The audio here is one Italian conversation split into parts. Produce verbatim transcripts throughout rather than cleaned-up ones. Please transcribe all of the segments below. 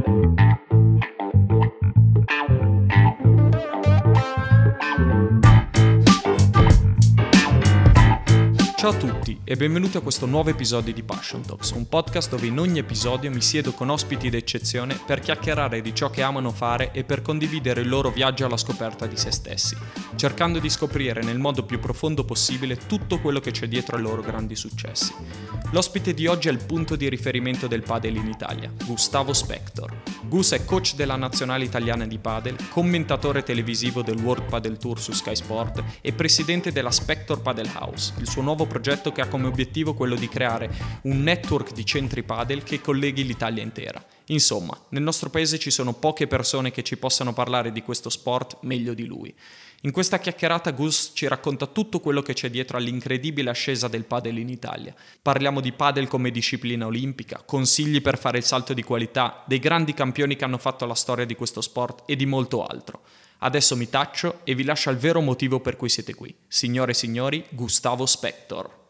Ciao a tutti e benvenuti a questo nuovo episodio di Passion Talks, un podcast dove in ogni episodio mi siedo con ospiti d'eccezione per chiacchierare di ciò che amano fare e per condividere il loro viaggio alla scoperta di se stessi, cercando di scoprire nel modo più profondo possibile tutto quello che c'è dietro ai loro grandi successi. L'ospite di oggi è il punto di riferimento del padel in Italia, Gustavo Spector. Gus è coach della nazionale italiana di padel, commentatore televisivo del World Padel Tour su Sky Sport e presidente della Spector Padel House, il suo nuovo progetto che ha come obiettivo quello di creare un network di centri padel che colleghi l'Italia intera. Insomma, nel nostro paese ci sono poche persone che ci possano parlare di questo sport meglio di lui. In questa chiacchierata Gus ci racconta tutto quello che c'è dietro all'incredibile ascesa del padel in Italia. Parliamo di padel come disciplina olimpica, consigli per fare il salto di qualità, dei grandi campioni che hanno fatto la storia di questo sport e di molto altro. Adesso mi taccio e vi lascio al vero motivo per cui siete qui. Signore e signori, Gustavo Spector.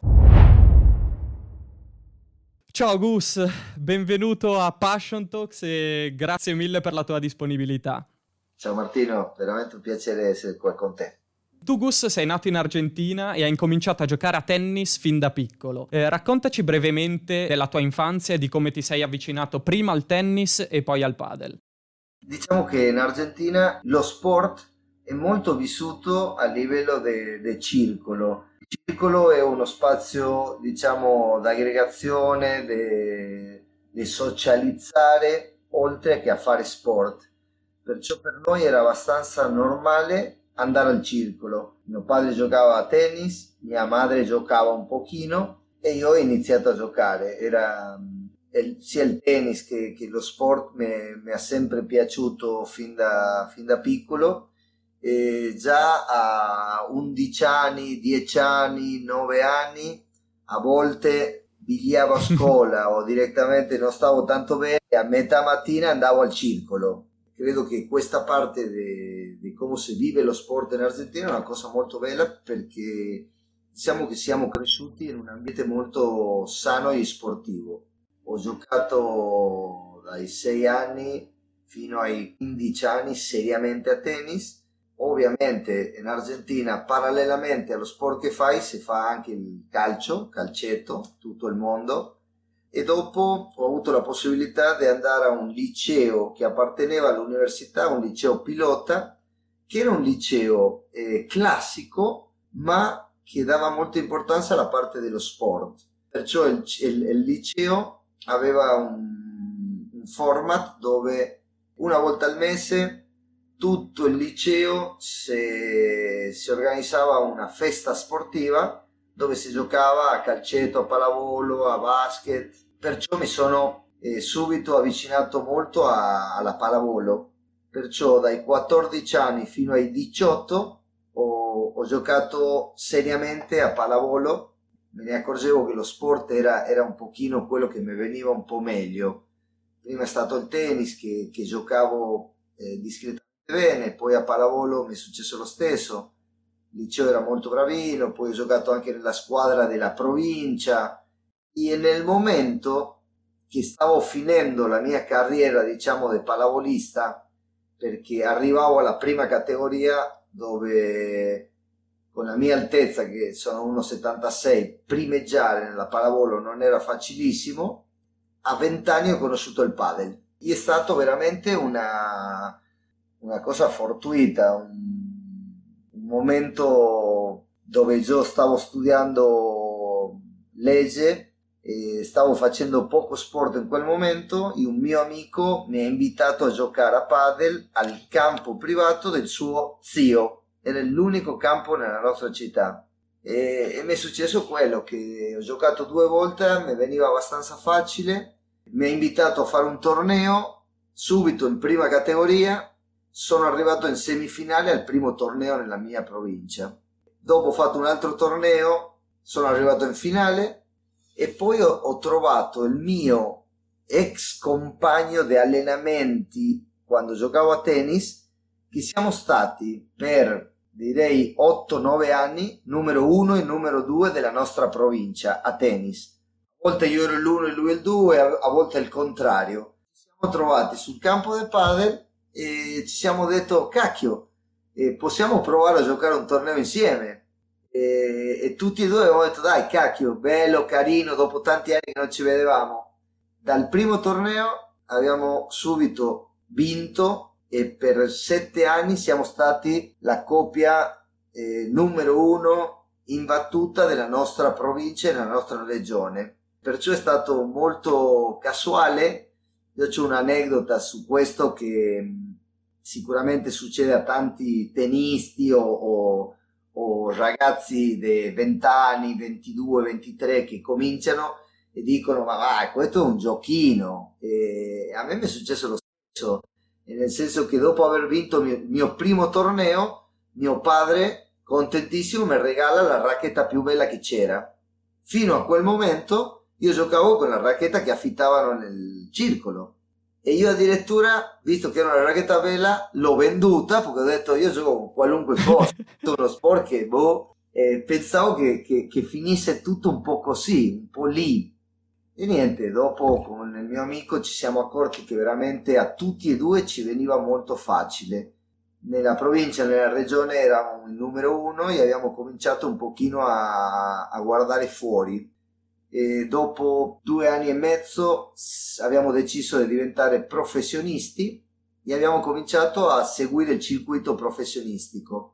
Ciao Gus, benvenuto a Passion Talks e grazie mille per la tua disponibilità. Ciao Martino, veramente un piacere essere qua con te. Tu Gus sei nato in Argentina e hai incominciato a giocare a tennis fin da piccolo. Eh, raccontaci brevemente della tua infanzia e di come ti sei avvicinato prima al tennis e poi al padel. Diciamo che in Argentina lo sport è molto vissuto a livello del circolo. Il circolo è uno spazio, diciamo, d'aggregazione, di socializzare, oltre che a fare sport. Perciò per noi era abbastanza normale andare al circolo. Mio padre giocava a tennis, mia madre giocava un pochino e io ho iniziato a giocare. Era il, sia il tennis che, che lo sport mi ha sempre piaciuto fin da, fin da piccolo. E già a undici anni, dieci anni, nove anni, a volte bigliavo a scuola o direttamente non stavo tanto bene, a metà mattina andavo al circolo. Credo che questa parte di come si vive lo sport in Argentina è una cosa molto bella, perché diciamo che siamo cresciuti in un ambiente molto sano e sportivo. Ho giocato dai sei anni fino ai quindici anni seriamente a tennis. Ovviamente in Argentina, parallelamente allo sport che fai, si fa anche il calcio, calcetto, tutto il mondo. E dopo ho avuto la possibilità di andare a un liceo che apparteneva all'università, un liceo pilota, che era un liceo eh, classico, ma che dava molta importanza alla parte dello sport. Perciò il, il, il liceo aveva un, un format dove una volta al mese tutto il liceo si, si organizzava una festa sportiva dove si giocava a calcetto, a pallavolo, a basket. Perciò mi sono eh, subito avvicinato molto a, alla pallavolo. Perciò dai quattordici anni fino ai diciotto ho, ho giocato seriamente a pallavolo. Me ne accorgevo che lo sport era, era un pochino quello che mi veniva un po' meglio. Prima è stato il tennis che, che giocavo eh, discretamente bene, poi a pallavolo mi è successo lo stesso. Il liceo era molto bravino, poi ho giocato anche nella squadra della provincia e nel momento che stavo finendo la mia carriera, diciamo, di pallavolista, perché arrivavo alla prima categoria dove con la mia altezza, che sono uno virgola settantasei, primeggiare nella pallavolo non era facilissimo. A vent'anni ho conosciuto il padel. È stato veramente una, una cosa fortuita, un un momento dove io stavo studiando legge e stavo facendo poco sport in quel momento e un mio amico mi ha invitato a giocare a padel al campo privato del suo zio. Era l'unico campo nella nostra città e, e mi è successo quello, che ho giocato due volte, mi veniva abbastanza facile. Mi ha invitato a fare un torneo subito in prima categoria. Sono arrivato in semifinale al primo torneo nella mia provincia. Dopo ho fatto un altro torneo, sono arrivato in finale e poi ho, ho trovato il mio ex compagno di allenamenti quando giocavo a tennis, che siamo stati per direi otto nove anni numero uno e numero due della nostra provincia a tennis. A volte io ero l'uno e lui il due, a volte il contrario. siamo trovati sul campo del padel e ci siamo detto, cacchio, eh, possiamo provare a giocare un torneo insieme. E, e tutti e due abbiamo detto, dai, cacchio, bello, carino, dopo tanti anni che non ci vedevamo. Dal primo torneo abbiamo subito vinto e per sette anni siamo stati la coppia eh, numero uno imbattuta della nostra provincia e della nostra regione. Perciò è stato molto casuale. Io ho un'anedota su questo che mh, sicuramente succede a tanti tennisti o, o, o ragazzi di venti anni, ventidue, ventitré che cominciano e dicono ma vai, questo è un giochino. E a me mi è successo lo stesso, e nel senso che dopo aver vinto il mio, mio primo torneo, mio padre, contentissimo, mi regala la racchetta più bella che c'era. Fino a quel momento io giocavo con la racchetta che affittavano nel circolo e io addirittura, visto che era una racchetta bella, l'ho venduta perché ho detto io gioco con qualunque cosa, uno sport che boh, eh, pensavo che, che, che finisse tutto un po' così, un po' lì. E niente, dopo con il mio amico ci siamo accorti che veramente a tutti e due ci veniva molto facile. Nella provincia, nella regione eravamo il numero uno e abbiamo cominciato un pochino a, a guardare fuori. E dopo due anni e mezzo abbiamo deciso di diventare professionisti e abbiamo cominciato a seguire il circuito professionistico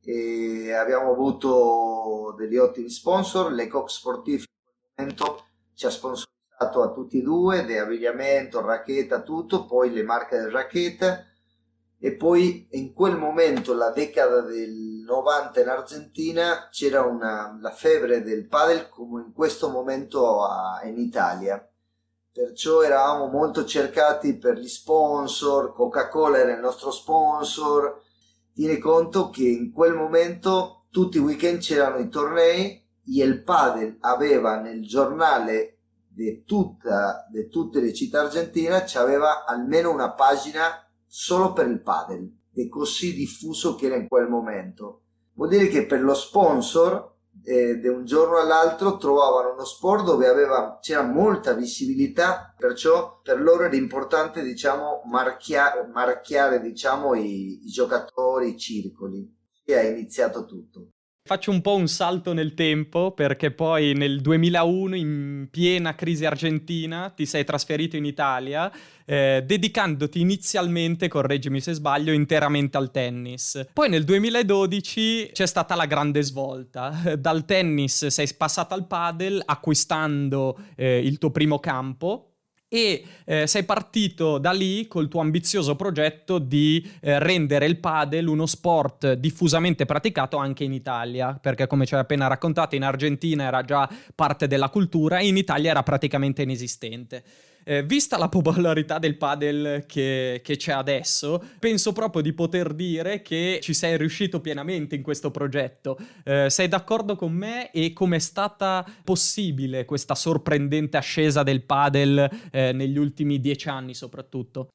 e abbiamo avuto degli ottimi sponsor. Le Coq Sportif in quel momento ci ha sponsorizzato a tutti e due, di abbigliamento, racchetta, tutto, poi le marche del racchetta. E poi in quel momento, la decada del novanta in Argentina, c'era una, la febbre del padel come in questo momento a, in Italia, perciò eravamo molto cercati per gli sponsor. Coca-Cola era il nostro sponsor. Tieni conto che in quel momento tutti i weekend c'erano i tornei e il padel aveva nel giornale di, tutta, di tutte le città argentine c'aveva almeno una pagina solo per il padel, è così diffuso che era in quel momento. Vuol dire che per lo sponsor eh, da un giorno all'altro trovavano uno sport dove aveva, c'era molta visibilità, perciò per loro era importante, diciamo, marchiare, marchiare diciamo, i, i giocatori, i circoli, e ha iniziato tutto. Faccio un po' un salto nel tempo perché poi nel duemilauno, in piena crisi argentina, ti sei trasferito in Italia eh, dedicandoti inizialmente, correggimi se sbaglio, interamente al tennis. Poi nel duemiladodici c'è stata la grande svolta. Dal tennis sei passato al padel acquistando eh, il tuo primo campo. E eh, sei partito da lì col tuo ambizioso progetto di eh, rendere il padel uno sport diffusamente praticato anche in Italia, perché come ci hai appena raccontato in Argentina era già parte della cultura e in Italia era praticamente inesistente. Eh, vista la popolarità del padel che, che c'è adesso, penso proprio di poter dire che ci sei riuscito pienamente in questo progetto. Eh, sei d'accordo con me? E com'è stata possibile questa sorprendente ascesa del padel eh, negli ultimi dieci anni soprattutto?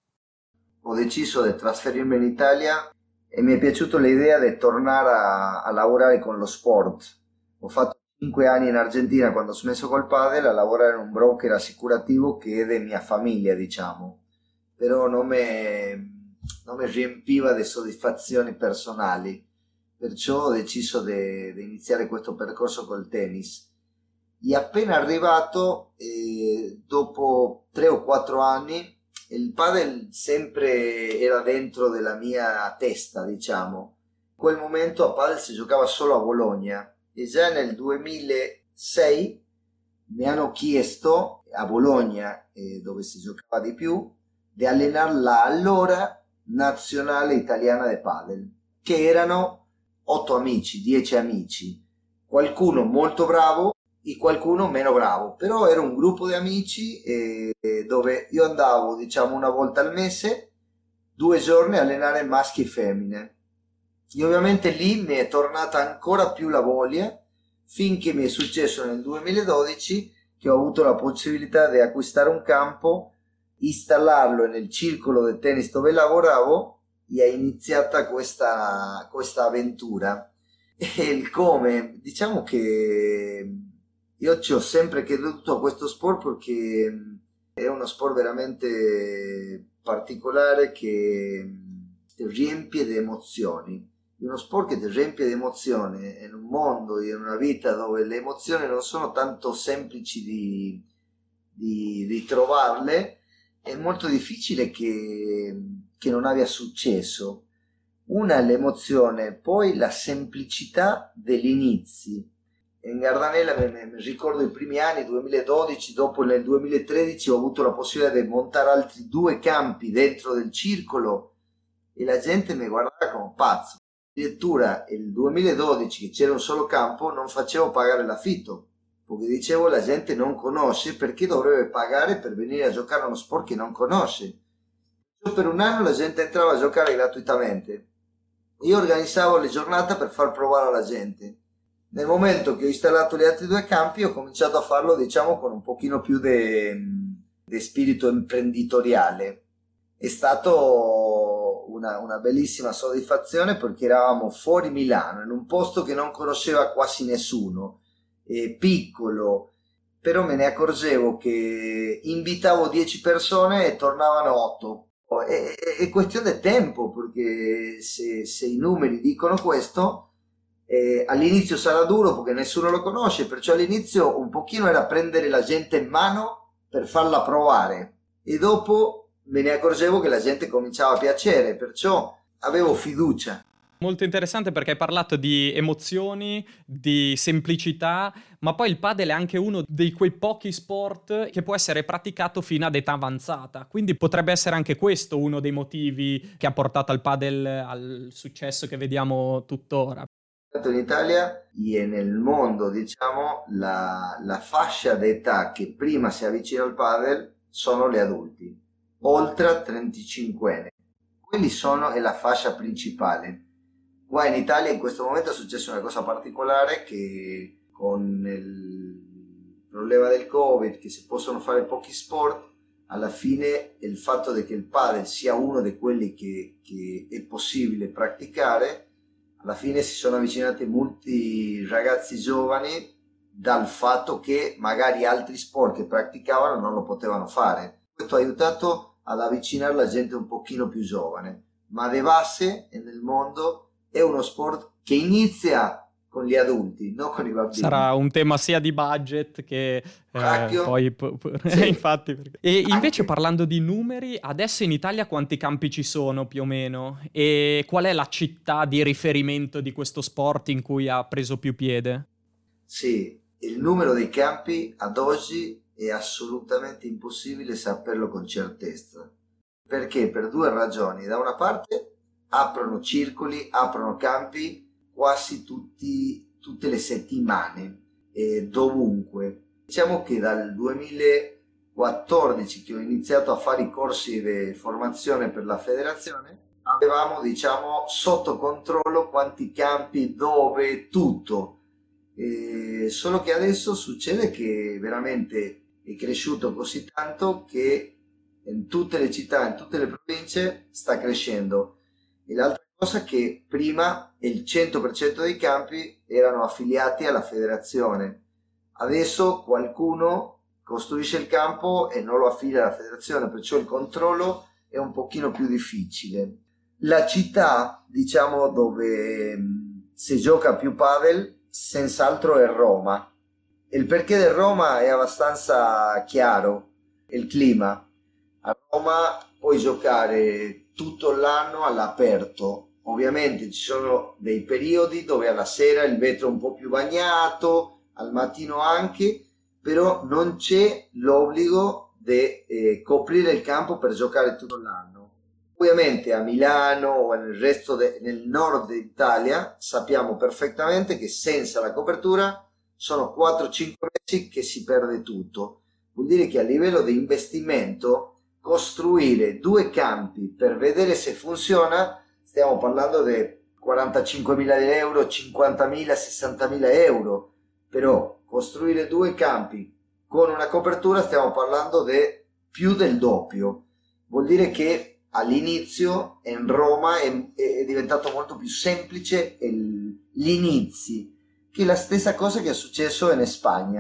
Ho deciso di trasferirmi in Italia e mi è piaciuta l'idea di tornare a, a lavorare con lo sport. Ho fatto cinque anni in Argentina quando ho smesso col padel a lavorare in un broker assicurativo che è di mia famiglia, diciamo, però non mi, non mi riempiva di soddisfazioni personali, perciò ho deciso di iniziare questo percorso col tennis. E appena arrivato, eh, dopo tre o quattro anni, il padel sempre era dentro della mia testa, diciamo. In quel momento a padel si giocava solo a Bologna e già nel duemilasei mi hanno chiesto a Bologna, eh, dove si giocava di più, di allenare la allora nazionale italiana di padel, che erano otto amici, dieci amici, qualcuno molto bravo e qualcuno meno bravo, però era un gruppo di amici eh, dove io andavo, diciamo, una volta al mese, due giorni a allenare maschi e femmine. E ovviamente lì mi è tornata ancora più la voglia, finché mi è successo nel duemiladodici che ho avuto la possibilità di acquistare un campo, installarlo nel circolo del tennis dove lavoravo e è iniziata questa, questa avventura. E il come, diciamo che io ci ho sempre creduto a questo sport perché È uno sport veramente particolare che ti riempie di emozioni. Uno sport che ti riempie di emozioni in un mondo, in una vita dove le emozioni non sono tanto semplici di, di, di trovarle, è molto difficile che, che non abbia successo. Una è l'emozione, poi la semplicità degli inizi. In Gardanella mi, mi ricordo i primi anni, duemiladodici, dopo nel duemilatredici ho avuto la possibilità di montare altri due campi dentro del circolo e la gente mi guardava come pazzo. Addirittura il duemiladodici, che c'era un solo campo, non facevo pagare l'affitto, perché dicevo la gente non conosce, perché dovrebbe pagare per venire a giocare a uno sport che non conosce. Per un anno la gente entrava a giocare gratuitamente. Io organizzavo le giornate per far provare alla gente. Nel momento che ho installato gli altri due campi ho cominciato a farlo, diciamo, con un pochino più di spirito imprenditoriale. È stato una, una bellissima soddisfazione perché eravamo fuori Milano, in un posto che non conosceva quasi nessuno, eh, piccolo, però me ne accorgevo che invitavo dieci persone e tornavano otto. È, è, è questione di tempo, perché se, se i numeri dicono questo... Eh, all'inizio sarà duro perché nessuno lo conosce, perciò all'inizio un pochino era prendere la gente in mano per farla provare e dopo me ne accorgevo che la gente cominciava a piacere, perciò avevo fiducia. Molto interessante perché hai parlato di emozioni, di semplicità, ma poi il padel è anche uno dei quei pochi sport che può essere praticato fino ad età avanzata, quindi potrebbe essere anche questo uno dei motivi che ha portato al padel al successo che vediamo tuttora. In Italia e nel mondo, diciamo, la, la fascia d'età che prima si avvicina al padel sono gli adulti, oltre trentacinque anni. Quelli sono è la fascia principale. Qua in Italia in questo momento è successa una cosa particolare, che con il problema del Covid, che si possono fare pochi sport, alla fine il fatto che il padel sia uno di quelli che, che è possibile praticare, alla fine si sono avvicinati molti ragazzi giovani dal fatto che magari altri sport che praticavano non lo potevano fare. Questo ha aiutato ad avvicinare la gente un pochino più giovane, ma di base nel mondo è uno sport che inizia con gli adulti, non con i bambini. Sarà un tema sia di budget che eh, poi po- po- sì. Infatti perché... E invece, anche parlando di numeri, adesso in Italia quanti campi ci sono più o meno? E qual è la città di riferimento di questo sport in cui ha preso più piede? Sì, il numero dei campi ad oggi è assolutamente impossibile saperlo con certezza, perché per due ragioni. Da una parte aprono circoli, aprono campi quasi tutti, tutte le settimane, eh, dovunque. Diciamo che dal duemilaquattordici che ho iniziato a fare i corsi di formazione per la federazione, avevamo, diciamo, sotto controllo quanti campi, dove, tutto. Eh, solo che adesso succede che veramente è cresciuto così tanto che in tutte le città, in tutte le province sta crescendo. E l'altra cosa è che prima il cento per cento dei campi erano affiliati alla federazione, adesso qualcuno costruisce il campo e non lo affilia alla federazione, perciò il controllo è un pochino più difficile. La città, diciamo, dove si gioca più padel senz'altro è Roma. Il perché di Roma è abbastanza chiaro: il clima. A Roma puoi giocare tutto l'anno all'aperto. Ovviamente ci sono dei periodi dove alla sera il vetro è un po' più bagnato, al mattino anche, però non c'è l'obbligo di eh, coprire il campo per giocare tutto l'anno. Ovviamente a Milano o nel resto de, nel nord d'Italia sappiamo perfettamente che senza la copertura sono quattro cinque mesi che si perde tutto. Vuol dire che a livello di investimento costruire due campi per vedere se funziona, stiamo parlando di quarantacinquemila euro, cinquantamila, sessantamila euro, però costruire due campi con una copertura stiamo parlando di più del doppio. Vuol dire che all'inizio in Roma è, è diventato molto più semplice il, gli inizi, che è la stessa cosa che è successo in Spagna.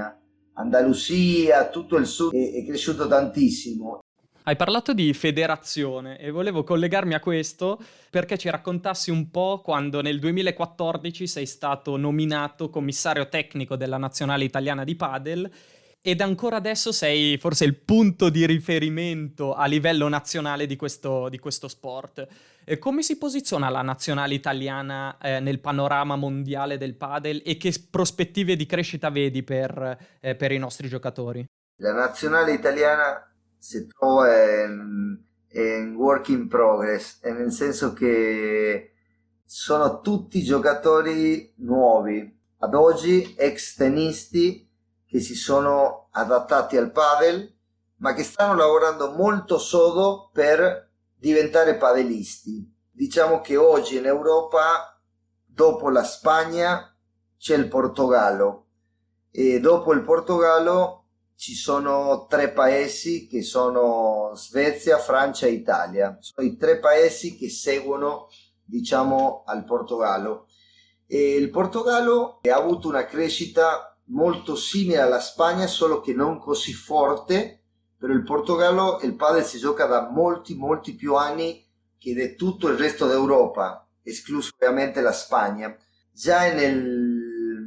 Andalusia, tutto il sud è, è cresciuto tantissimo. Hai parlato di federazione e volevo collegarmi a questo perché ci raccontassi un po' quando nel duemilaquattordici sei stato nominato commissario tecnico della nazionale italiana di padel ed ancora adesso sei forse il punto di riferimento a livello nazionale di questo, di questo sport. E come si posiziona la nazionale italiana eh, nel panorama mondiale del padel e che prospettive di crescita vedi per, eh, per i nostri giocatori? La nazionale italiana si trova in, in work in progress, nel senso che sono tutti giocatori nuovi, ad oggi ex tennisti che si sono adattati al padel, ma che stanno lavorando molto sodo per diventare padelisti. Diciamo che oggi in Europa, dopo la Spagna, c'è il Portogallo e dopo il Portogallo ci sono tre paesi che sono Svezia, Francia e Italia. Sono i tre paesi che seguono, diciamo, al Portogallo. E il Portogallo ha avuto una crescita molto simile alla Spagna, solo che non così forte. Per il Portogallo il padel si gioca da molti, molti più anni che di tutto il resto d'Europa, escluso ovviamente la Spagna. Già nel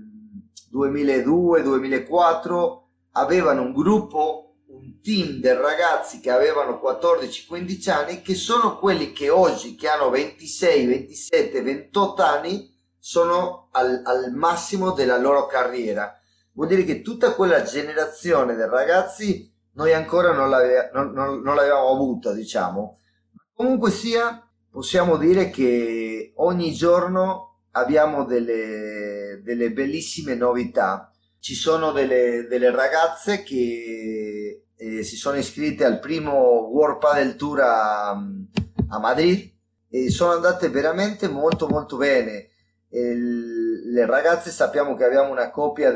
duemiladue duemilaquattro avevano un gruppo, un team di ragazzi che avevano quattordici quindici anni, che sono quelli che oggi, che hanno ventisei, ventisette, ventotto anni, sono al, al massimo della loro carriera. Vuol dire che tutta quella generazione di ragazzi noi ancora non, l'ave, non, non, non l'avevamo avuta, diciamo. Comunque sia, possiamo dire che ogni giorno abbiamo delle, delle bellissime novità. Ci sono delle, delle ragazze che eh, si sono iscritte al primo World Padel Tour a, a Madrid e sono andate veramente molto molto bene. E le ragazze, sappiamo che abbiamo una coppia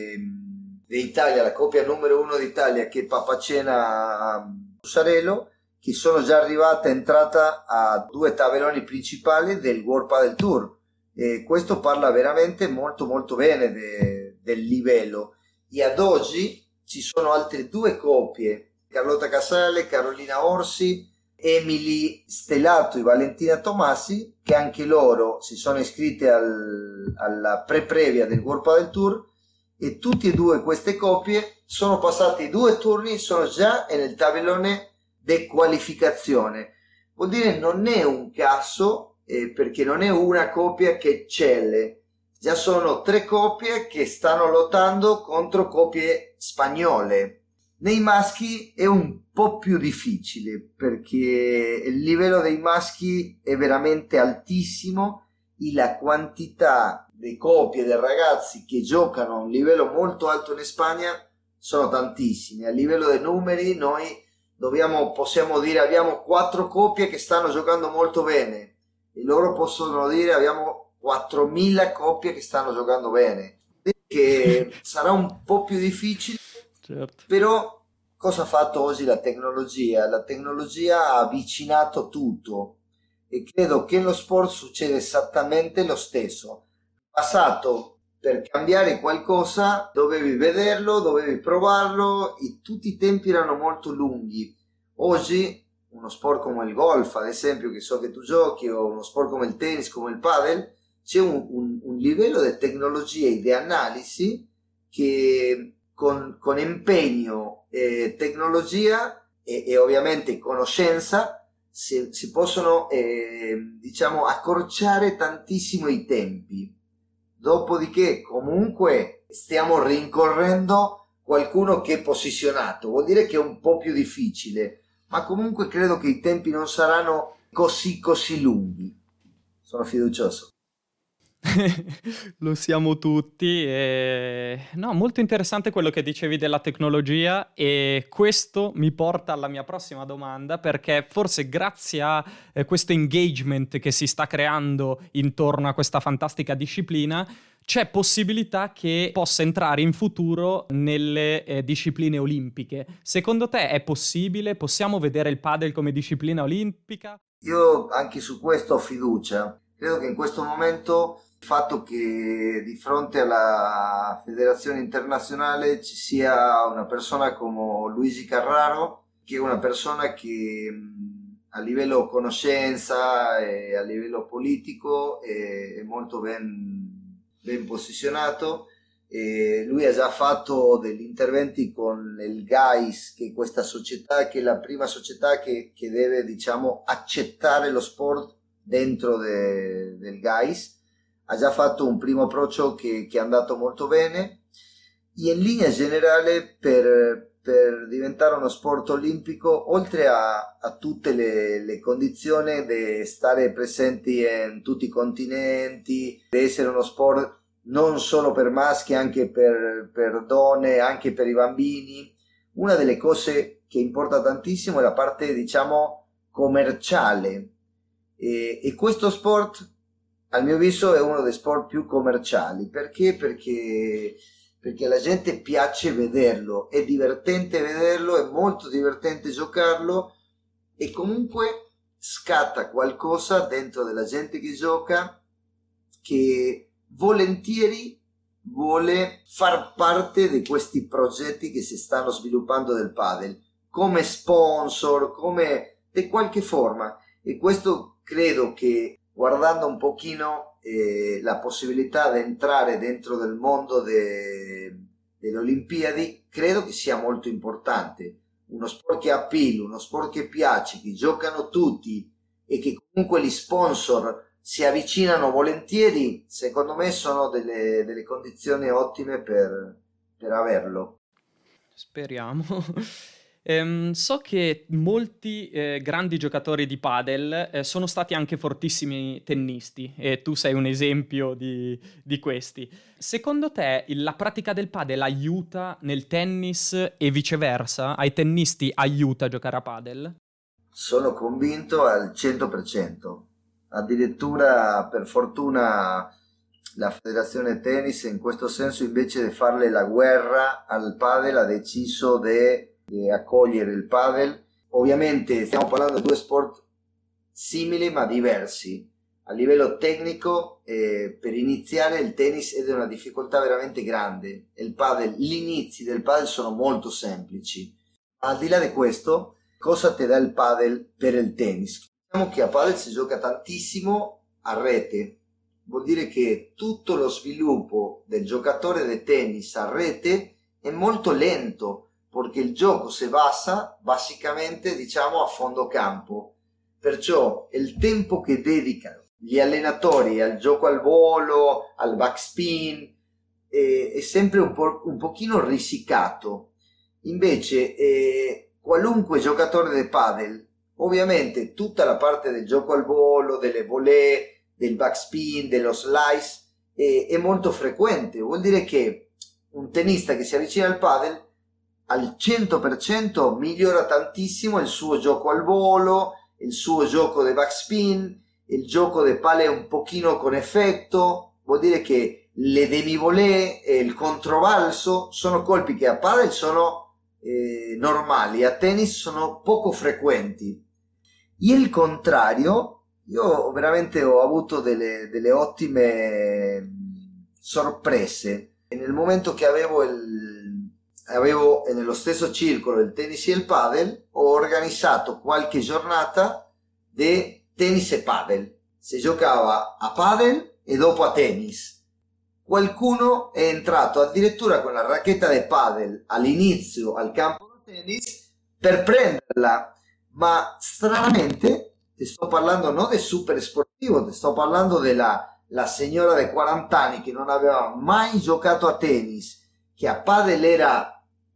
d'Italia, la coppia numero uno d'Italia, che è Papacena Sarelo, che sono già arrivate, entrata a due tabelloni principali del World Padel Tour. E questo parla veramente molto molto bene de, del livello. E ad oggi ci sono altre due coppie, Carlotta Casale, Carolina Orsi, Emily Stellato e Valentina Tomassi, che anche loro si sono iscritte al, alla pre-previa del World Padel Tour, e tutte e due queste coppie sono passati due turni, sono già nel tabellone di qualificazione. Vuol dire non è un caso, Eh, perché non è una coppia che eccelle, già sono tre coppie che stanno lottando contro coppie spagnole. Nei maschi è un po' più difficile perché il livello dei maschi è veramente altissimo e la quantità di coppie di ragazzi che giocano a un livello molto alto in Spagna sono tantissimi. A livello dei numeri noi dobbiamo, possiamo dire, abbiamo quattro coppie che stanno giocando molto bene, e loro possono dire abbiamo quattromila coppie che stanno giocando bene, che sarà un po' più difficile. Certo. Però cosa ha fatto oggi la tecnologia? La tecnologia ha avvicinato tutto e credo che nello sport succede esattamente lo stesso. In passato, per cambiare qualcosa dovevi vederlo, dovevi provarlo e tutti i tempi erano molto lunghi. Oggi uno sport come il golf, ad esempio, che so che tu giochi, o uno sport come il tennis, come il padel, c'è un, un, un livello di tecnologia e di analisi che con, con impegno, eh, tecnologia e, e ovviamente conoscenza si, si possono eh, diciamo accorciare tantissimo i tempi. Dopodiché comunque stiamo rincorrendo qualcuno che è posizionato, vuol dire che è un po' più difficile, ma comunque credo che i tempi non saranno così così lunghi. Sono fiducioso. Lo siamo tutti. E... No, molto interessante quello che dicevi della tecnologia, e questo mi porta alla mia prossima domanda, perché forse grazie a eh, questo engagement che si sta creando intorno a questa fantastica disciplina c'è possibilità che possa entrare in futuro nelle eh, discipline olimpiche. Secondo te è possibile? Possiamo vedere il padel come disciplina olimpica? Io anche su questo ho fiducia. Credo che in questo momento il fatto che di fronte alla federazione internazionale ci sia una persona come Luigi Carraro, che è una persona che a livello conoscenza e a livello politico è, è molto ben, ben posizionato. E lui ha già fatto degli interventi con il G A I S, che è questa società, che è la prima società che, che deve, diciamo, accettare lo sport dentro de, del G A I S. Ha già fatto un primo approccio che, che è andato molto bene, e in linea generale per, per diventare uno sport olimpico, oltre a, a tutte le, le condizioni di stare presenti in tutti i continenti, di essere uno sport non solo per maschi, anche per, per donne, anche per i bambini, una delle cose che importa tantissimo è la parte, diciamo, commerciale, e, e questo sport, al mio avviso, è uno dei sport più commerciali. Perché? Perché, perché alla gente piace vederlo, è divertente vederlo, è molto divertente giocarlo, e comunque scatta qualcosa dentro della gente che gioca, che volentieri vuole far parte di questi progetti che si stanno sviluppando del padel, come sponsor, come di qualche forma. E questo credo che, guardando un pochino eh, la possibilità di entrare dentro del mondo de, delle Olimpiadi, credo che sia molto importante. Uno sport che appeal, uno sport che piace, che giocano tutti e che comunque gli sponsor si avvicinano volentieri, secondo me sono delle, delle condizioni ottime per, per averlo. Speriamo. Ehm, so che molti eh, grandi giocatori di padel eh, sono stati anche fortissimi tennisti, e tu sei un esempio di, di questi. Secondo te il- la pratica del padel aiuta nel tennis e viceversa? Ai tennisti aiuta a giocare a padel? Sono convinto al cento per cento. Addirittura, per fortuna, la federazione tennis, in questo senso, invece di farle la guerra al padel, ha deciso di di accogliere il padel. Ovviamente stiamo parlando di due sport simili ma diversi. A livello tecnico, eh, per iniziare, il tennis è di una difficoltà veramente grande. Il padel, gli inizi del padel sono molto semplici. Al di là di questo, cosa ti dà il padel per il tennis? Diciamo che a padel si gioca tantissimo a rete. Vuol dire che tutto lo sviluppo del giocatore di tennis a rete è molto lento, perché il gioco si basa basicamente, diciamo, a fondo campo. Perciò il tempo che dedicano gli allenatori al gioco al volo, al backspin, eh, è sempre un, po', un pochino risicato. Invece eh, qualunque giocatore di padel, ovviamente tutta la parte del gioco al volo, delle volée, del backspin, dello slice, eh, è molto frequente. Vuol dire che un tennista che si avvicina al padel al cento per cento migliora tantissimo il suo gioco al volo, il suo gioco di backspin, il gioco di palle un pochino con effetto. Vuol dire che le demi-volée e il controvalso sono colpi che a padel sono eh, normali, a tennis sono poco frequenti. E il contrario, io veramente ho avuto delle, delle ottime sorprese. E nel momento che avevo il avevo nello stesso circolo il tennis e il padel, ho organizzato qualche giornata di tennis e padel. Si giocava a padel e dopo a tennis. Qualcuno è entrato addirittura con la racchetta di padel all'inizio al campo da tennis per prenderla, ma stranamente ti sto parlando non del super sportivo, ti sto parlando della la signora di quaranta anni che non aveva mai giocato a tennis, che a padel era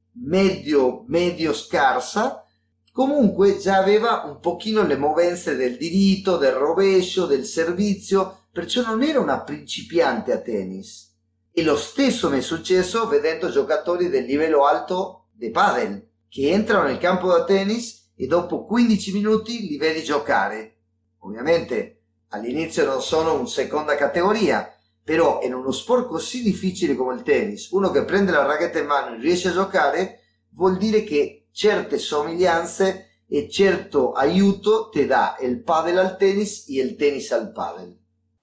medio medio scarsa, comunque già aveva un pochino le movenze del diritto, del rovescio, del servizio, perciò non era una principiante a tennis. E lo stesso mi è successo vedendo giocatori del livello alto di padel che entrano nel campo da tennis e dopo quindici minuti li vedi giocare. Ovviamente all'inizio non sono un seconda categoria, però in uno sport così difficile come il tennis, uno che prende la racchetta in mano e riesce a giocare, vuol dire che certe somiglianze e certo aiuto ti dà il padel al tennis e il tennis al padel.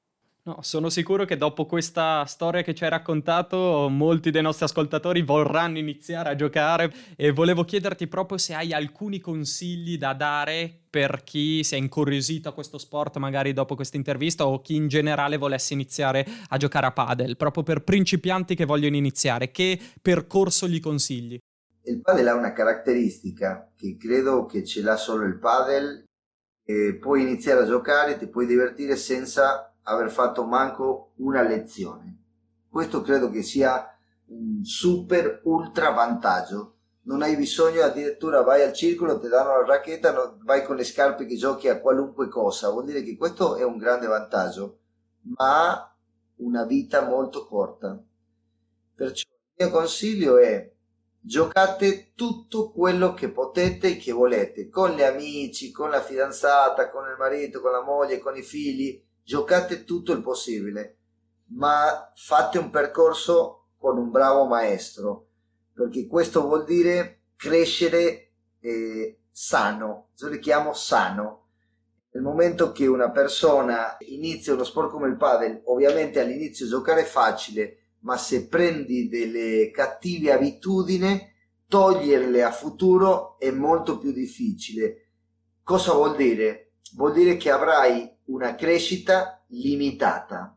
No, sono sicuro che dopo questa storia che ci hai raccontato, molti dei nostri ascoltatori vorranno iniziare a giocare e volevo chiederti proprio se hai alcuni consigli da dare per chi si è incuriosito a questo sport magari dopo questa intervista o chi in generale volesse iniziare a giocare a padel, proprio per principianti che vogliono iniziare. Che percorso gli consigli? Il padel ha una caratteristica che credo che ce l'ha solo il padel, e puoi iniziare a giocare, ti puoi divertire senza aver fatto manco una lezione. Questo credo che sia un super ultra vantaggio. Non hai bisogno, addirittura vai al circolo, ti danno la racchetta, no, vai con le scarpe che giochi a qualunque cosa. Vuol dire che questo è un grande vantaggio, ma ha una vita molto corta. Perciò il mio consiglio è: giocate tutto quello che potete e che volete, con gli amici, con la fidanzata, con il marito, con la moglie, con i figli. Giocate tutto il possibile, ma fate un percorso con un bravo maestro, perché questo vuol dire crescere eh, sano. Io li chiamo sano. Nel momento che una persona inizia uno sport come il padel, ovviamente all'inizio giocare è facile, ma se prendi delle cattive abitudini, toglierle a futuro è molto più difficile. Cosa vuol dire? Vuol dire che avrai una crescita limitata.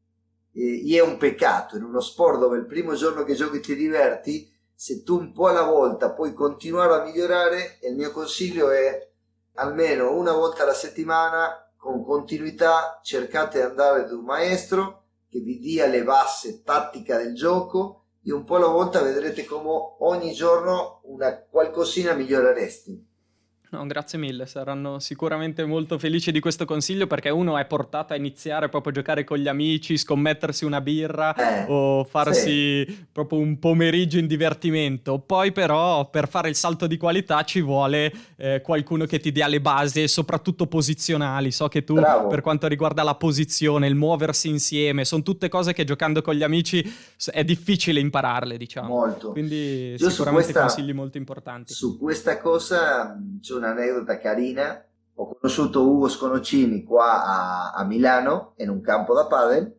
E è un peccato in uno sport dove il primo giorno che giochi ti diverti. Se tu un po' alla volta puoi continuare a migliorare, il mio consiglio è almeno una volta alla settimana, con continuità, cercate di andare da un maestro che vi dia le basi tattica del gioco, e un po' alla volta vedrete come ogni giorno una qualcosina miglioreresti. No, grazie mille, saranno sicuramente molto felici di questo consiglio, perché uno è portato a iniziare proprio a giocare con gli amici, scommettersi una birra eh, o farsi sì. proprio un pomeriggio in divertimento. Poi però per fare il salto di qualità ci vuole eh, qualcuno che ti dia le basi, soprattutto posizionali. So che tu, Bravo. Per quanto riguarda la posizione, il muoversi insieme, sono tutte cose che giocando con gli amici è difficile impararle, diciamo. Molto. Quindi Io sicuramente questa, consigli molto importanti. Su questa cosa c'è un'aneddota carina. Ho conosciuto Ugo Sconocini qua a, a Milano in un campo da padel,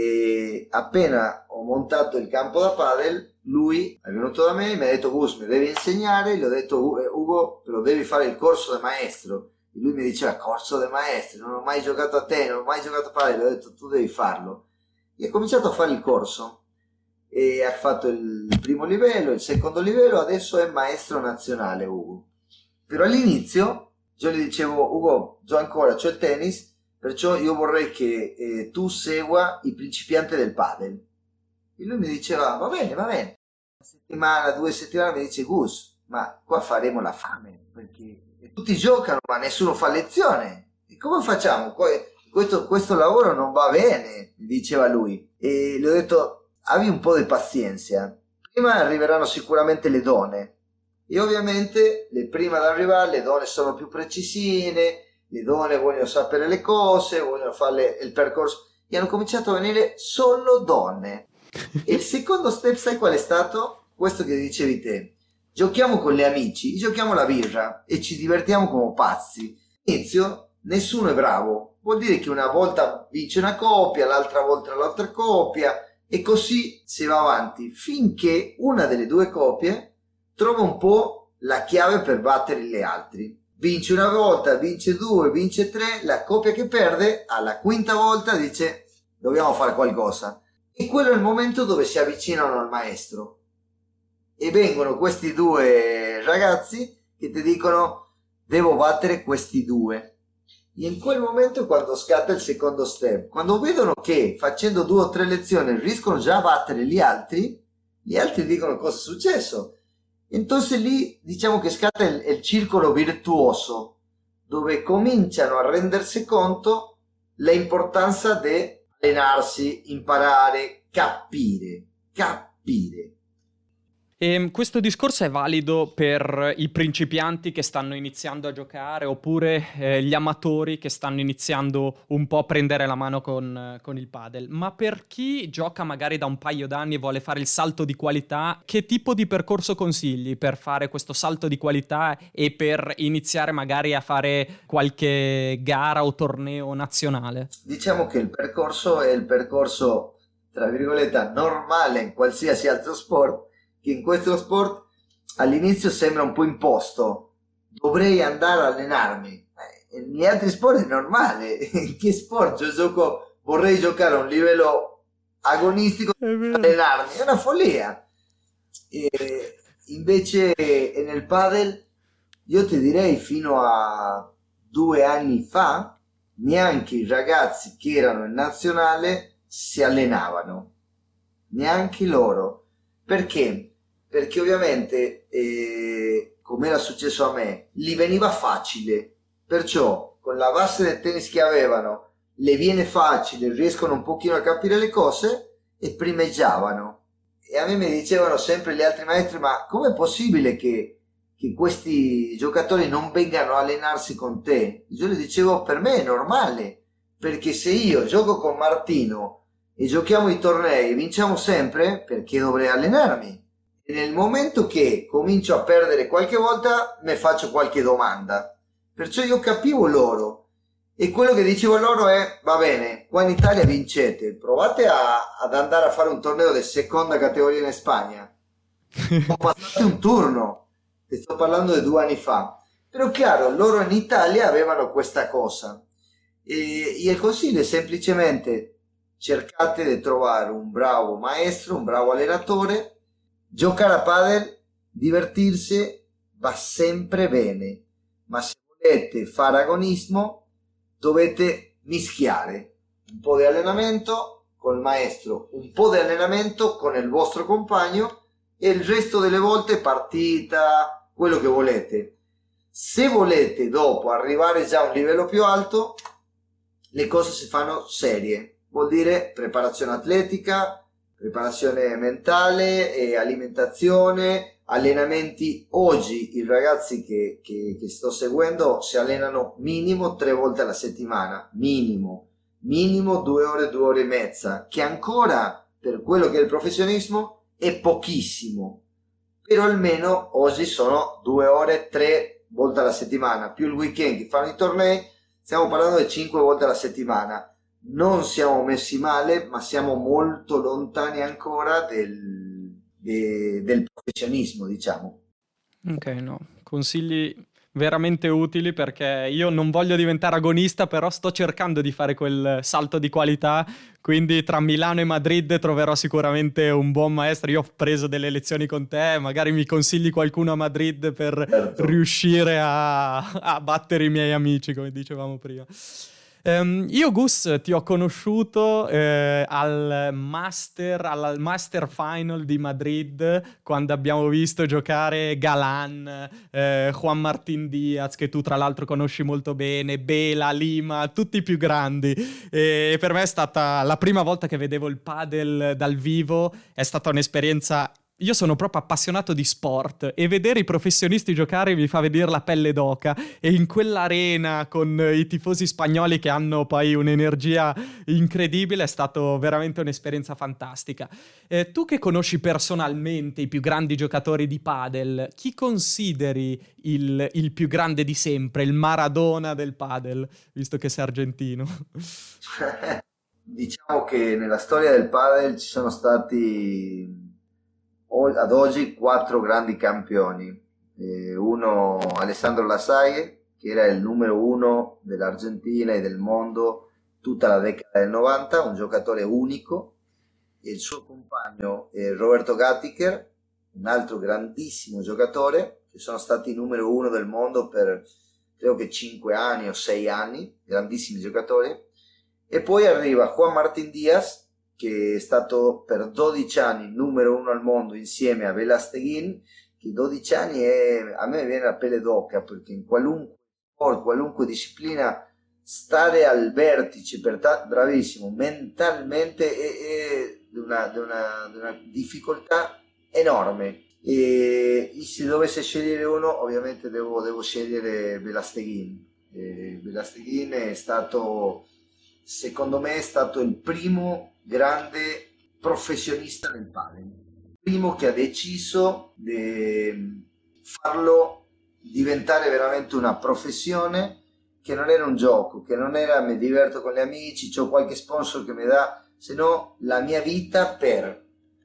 e appena ho montato il campo da padel lui è venuto da me e mi ha detto: Gus, mi devi insegnare. Gli ho detto: Ugo, però devi fare il corso da maestro. E lui mi diceva: corso da maestro? Non ho mai giocato a te, non ho mai giocato a padel. Gli ho detto: tu devi farlo. E ho cominciato a fare il corso e ha fatto il primo livello, il secondo livello, adesso è maestro nazionale Ugo. Però all'inizio io gli dicevo: Ugo, io ancora c'ho il tennis, perciò io vorrei che eh, tu segua i principianti del padel. E lui mi diceva: va bene, va bene. Una settimana, due settimane mi dice: Gus, ma qua faremo la fame, perché tutti giocano ma nessuno fa lezione. E come facciamo? Questo, questo lavoro non va bene, mi diceva lui. E gli ho detto: abbi un po' di pazienza, prima arriveranno sicuramente le donne, e ovviamente le prime ad arrivare, le donne sono più precisine, le donne vogliono sapere le cose, vogliono fare il percorso, e hanno cominciato a venire solo donne. E il secondo step, sai qual è stato? Questo che dicevi te: giochiamo con gli amici, giochiamo la birra e ci divertiamo come pazzi. Inizio nessuno è bravo, vuol dire che una volta vince una coppia, l'altra volta l'altra coppia, e così si va avanti finché una delle due coppie trova un po' la chiave per battere le altre. Vince una volta, vince due, vince tre, la coppia che perde alla quinta volta dice: dobbiamo fare qualcosa. E quello è il momento dove si avvicinano al maestro e vengono questi due ragazzi che ti dicono: devo battere questi due. E in quel momento è quando scatta il secondo step. Quando vedono che facendo due o tre lezioni riescono già a battere gli altri, gli altri dicono: cosa è successo? Entonces lì diciamo che scatta il, il circolo virtuoso, dove cominciano a rendersi conto l'importanza di allenarsi, imparare, capire, capire. E questo discorso è valido per i principianti che stanno iniziando a giocare oppure eh, gli amatori che stanno iniziando un po' a prendere la mano con, con il padel. Ma per chi gioca magari da un paio d'anni e vuole fare il salto di qualità, che tipo di percorso consigli per fare questo salto di qualità e per iniziare magari a fare qualche gara o torneo nazionale? Diciamo che il percorso è il percorso, tra virgolette, normale in qualsiasi altro sport, che in questo sport all'inizio sembra un po' imposto. Dovrei andare a allenarmi. Eh, negli altri sport è normale. In che sport io gioco, vorrei giocare a un livello agonistico e allenarmi? È una follia. E invece e nel padel, io ti direi fino a due anni fa, neanche i ragazzi che erano in nazionale si allenavano. Neanche loro. Perché? Perché ovviamente, eh, come era successo a me, gli veniva facile, perciò con la base del tennis che avevano, le viene facile, riescono un pochino a capire le cose e primeggiavano. E a me mi dicevano sempre gli altri maestri, ma com'è possibile che, che questi giocatori non vengano a allenarsi con te? Io gli dicevo, per me è normale, perché se io gioco con Martino e giochiamo i tornei e vinciamo sempre, perché dovrei allenarmi? E nel momento che comincio a perdere qualche volta mi faccio qualche domanda, perciò io capivo loro e quello che dicevo loro è: va bene, qua in Italia vincete, provate a, ad andare a fare un torneo di seconda categoria in Spagna, non passate un turno, ti sto parlando di due anni fa. Però chiaro, loro in Italia avevano questa cosa e, e il consiglio è semplicemente: cercate di trovare un bravo maestro, un bravo allenatore. Giocare a padel, divertirsi, va sempre bene, ma se volete fare agonismo dovete mischiare un po' di allenamento con il maestro, un po' di allenamento con il vostro compagno e il resto delle volte partita, quello che volete. Se volete dopo arrivare già a un livello più alto, le cose si fanno serie, vuol dire preparazione atletica, preparazione mentale e alimentazione, allenamenti. Oggi i ragazzi che, che, che sto seguendo si allenano minimo tre volte alla settimana, minimo, minimo due ore, due ore e mezza, che ancora per quello che è il professionismo è pochissimo, però almeno oggi sono due ore, tre volte alla settimana, più il weekend che fanno i tornei, stiamo parlando di cinque volte alla settimana. Non siamo messi male, ma siamo molto lontani ancora del, de, del professionismo, diciamo. Ok, no, consigli veramente utili perché io non voglio diventare agonista, però sto cercando di fare quel salto di qualità, quindi tra Milano e Madrid troverò sicuramente un buon maestro. Io ho preso delle lezioni con te, magari mi consigli qualcuno a Madrid per Certo. riuscire a, a battere i miei amici, come dicevamo prima. Um, io Gus ti ho conosciuto eh, al Master, al Master Final di Madrid, quando abbiamo visto giocare Galan, eh, Juan Martín Díaz, che tu tra l'altro conosci molto bene, Bela, Lima, tutti i più grandi. E per me è stata la prima volta che vedevo il padel dal vivo, è stata un'esperienza. Io sono proprio appassionato di sport e vedere i professionisti giocare mi fa venire la pelle d'oca, e in quell'arena con i tifosi spagnoli che hanno poi un'energia incredibile è stato veramente un'esperienza fantastica. Eh, tu che conosci personalmente i più grandi giocatori di padel, chi consideri il, il più grande di sempre, il Maradona del padel, visto che sei argentino? Diciamo che nella storia del padel ci sono stati ad oggi quattro grandi campioni. Eh, uno, Alessandro Lasalle, che era il numero uno dell'Argentina e del mondo tutta la decada del novanta, un giocatore unico, e il suo compagno eh, Roberto Gattiker, un altro grandissimo giocatore, che sono stati numero uno del mondo per credo che cinque anni o sei anni, grandissimi giocatori. E poi arriva Juan Martín Díaz, che è stato per dodici anni numero uno al mondo insieme a Velasteguin, che dodici anni è, a me viene la pelle d'oca, perché in qualunque sport, qualunque disciplina, stare al vertice, per ta- bravissimo, mentalmente è, è di una, di una, di una difficoltà enorme. E se dovesse scegliere uno, ovviamente devo, devo scegliere Belasteghin. E Belasteghin è stato, secondo me, è stato il primo grande professionista nel padel, il primo che ha deciso di farlo diventare veramente una professione, che non era un gioco, che non era mi diverto con gli amici, c'ho qualche sponsor che mi dà, se no la mia vita per...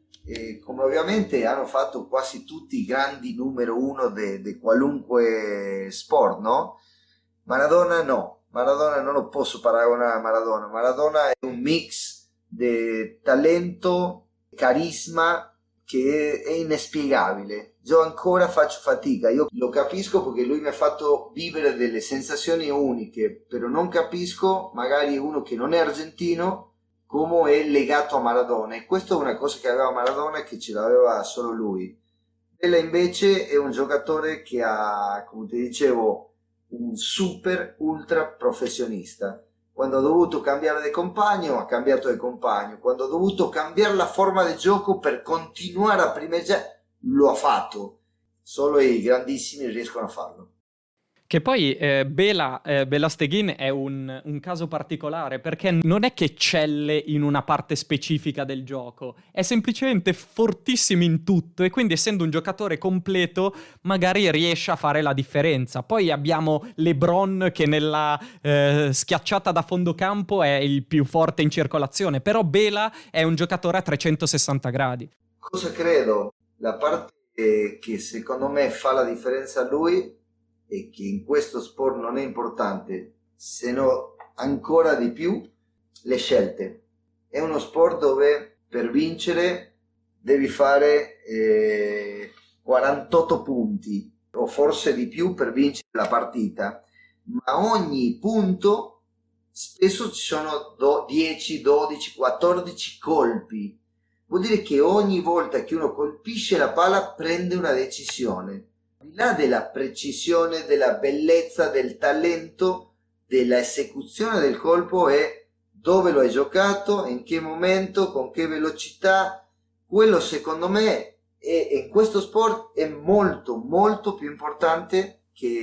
E come ovviamente hanno fatto quasi tutti i grandi numero uno di qualunque sport, no? Maradona no, Maradona non lo posso paragonare a Maradona. Maradona è un mix di talento, carisma che è inspiegabile. Io ancora faccio fatica, io lo capisco perché lui mi ha fatto vivere delle sensazioni uniche, però non capisco magari uno che non è argentino come è legato a Maradona, e questa è una cosa che aveva Maradona e che ce l'aveva solo lui. Bella invece è un giocatore che ha, come ti dicevo, un super ultra professionista. Quando ha dovuto cambiare di compagno ha cambiato di compagno, quando ha dovuto cambiare la forma del gioco per continuare a primeggiare lo ha fatto. Solo i grandissimi riescono a farlo. Che poi eh, Bela, eh, Belasteghin è un, un caso particolare, perché non è che eccelle in una parte specifica del gioco, è semplicemente fortissimo in tutto, e quindi, essendo un giocatore completo, magari riesce a fare la differenza. Poi abbiamo LeBron che nella eh, schiacciata da fondo campo è il più forte in circolazione, però Bela è un giocatore a trecentosessanta gradi. Cosa credo? La parte che secondo me fa la differenza a lui, e che in questo sport non è importante, se no ancora di più, le scelte. È uno sport dove per vincere devi fare eh, quarantotto punti o forse di più per vincere la partita, ma ogni punto spesso ci sono dieci, dodici, quattordici colpi. Vuol dire che ogni volta che uno colpisce la palla prende una decisione. Al di là della precisione, della bellezza, del talento, della esecuzione del colpo, è dove lo hai giocato, in che momento, con che velocità. Quello secondo me è, in questo sport è molto molto più importante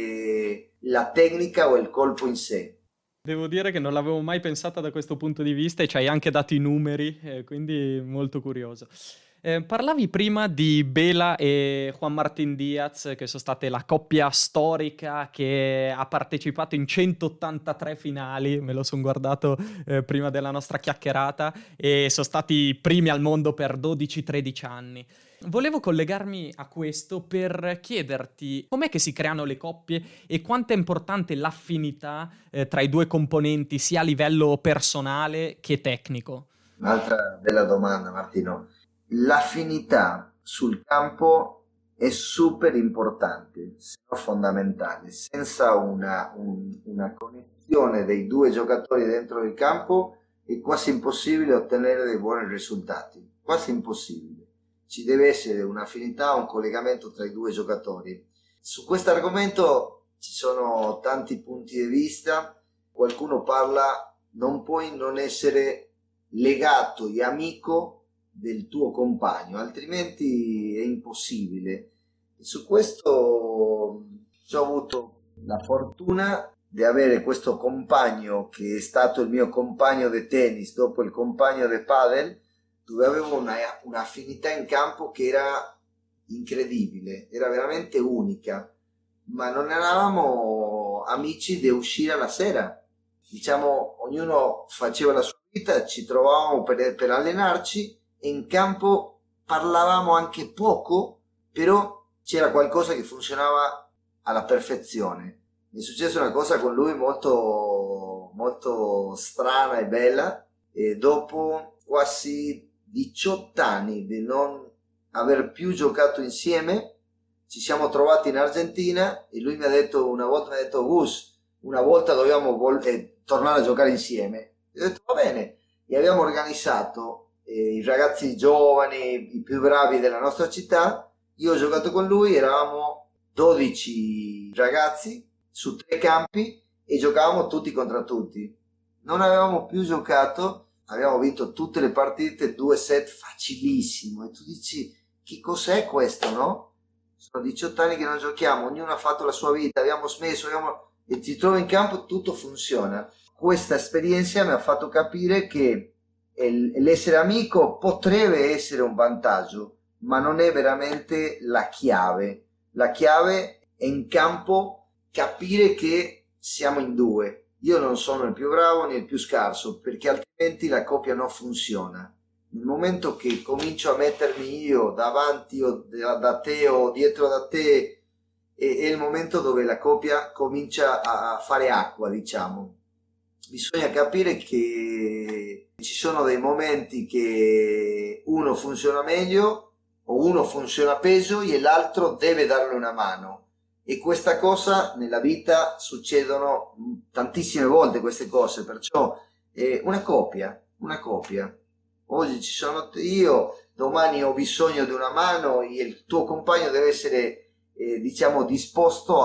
che la tecnica o il colpo in sé. Devo dire che non l'avevo mai pensata da questo punto di vista, e ci hai anche dato i numeri, eh, quindi molto curioso. Eh, parlavi prima di Bela e Juan Martín Díaz, che sono state la coppia storica che ha partecipato in centottantatré finali, me lo sono guardato eh, prima della nostra chiacchierata, e sono stati primi al mondo per dodici tredici anni. Volevo collegarmi a questo per chiederti com'è che si creano le coppie e quanto è importante l'affinità eh, tra i due componenti, sia a livello personale che tecnico. Un'altra bella domanda, Martino. L'affinità sul campo è super importante, se non fondamentale. Senza una, un, una connessione dei due giocatori dentro il campo è quasi impossibile ottenere dei buoni risultati, quasi impossibile. Ci deve essere un'affinità, un collegamento tra i due giocatori. Su questo argomento ci sono tanti punti di vista. Qualcuno parla, non puoi non essere legato e amico del tuo compagno, altrimenti è impossibile. E su questo ho avuto la fortuna di avere questo compagno che è stato il mio compagno di tennis dopo il compagno di padel, dove avevo una, un'affinità in campo che era incredibile, era veramente unica, ma non eravamo amici di uscire alla sera. Diciamo, ognuno faceva la sua vita, ci trovavamo per, per allenarci, e in campo parlavamo anche poco, però c'era qualcosa che funzionava alla perfezione. Mi è successa una cosa con lui molto, molto strana e bella, e dopo quasi diciotto anni di non aver più giocato insieme, ci siamo trovati in Argentina e lui mi ha detto, una volta mi ha detto: Gus, una volta dobbiamo vol- eh, tornare a giocare insieme. E ho detto va bene, e abbiamo organizzato eh, i ragazzi giovani, i più bravi della nostra città. Io ho giocato con lui, eravamo dodici ragazzi su tre campi e giocavamo tutti contro tutti. Non avevamo più giocato, abbiamo vinto tutte le partite, due set facilissimo, e tu dici che cos'è questo, no? sono diciotto anni che non giochiamo, ognuno ha fatto la sua vita, abbiamo smesso, abbiamo... e ti trovi in campo, tutto funziona. Questa esperienza mi ha fatto capire che l'essere amico potrebbe essere un vantaggio, ma non è veramente la chiave. La chiave è in campo capire che siamo in due. Io non sono il più bravo né il più scarso, perché altrimenti la coppia non funziona. Nel momento che comincio a mettermi io davanti o da te o dietro da te, è, è il momento dove la coppia comincia a fare acqua, diciamo. Bisogna capire che ci sono dei momenti che uno funziona meglio o uno funziona peggio e l'altro deve darle una mano. E questa cosa nella vita succedono tantissime volte, queste cose, perciò è una coppia, una coppia. Oggi ci sono io, domani ho bisogno di una mano e il tuo compagno deve essere, eh, diciamo, disposto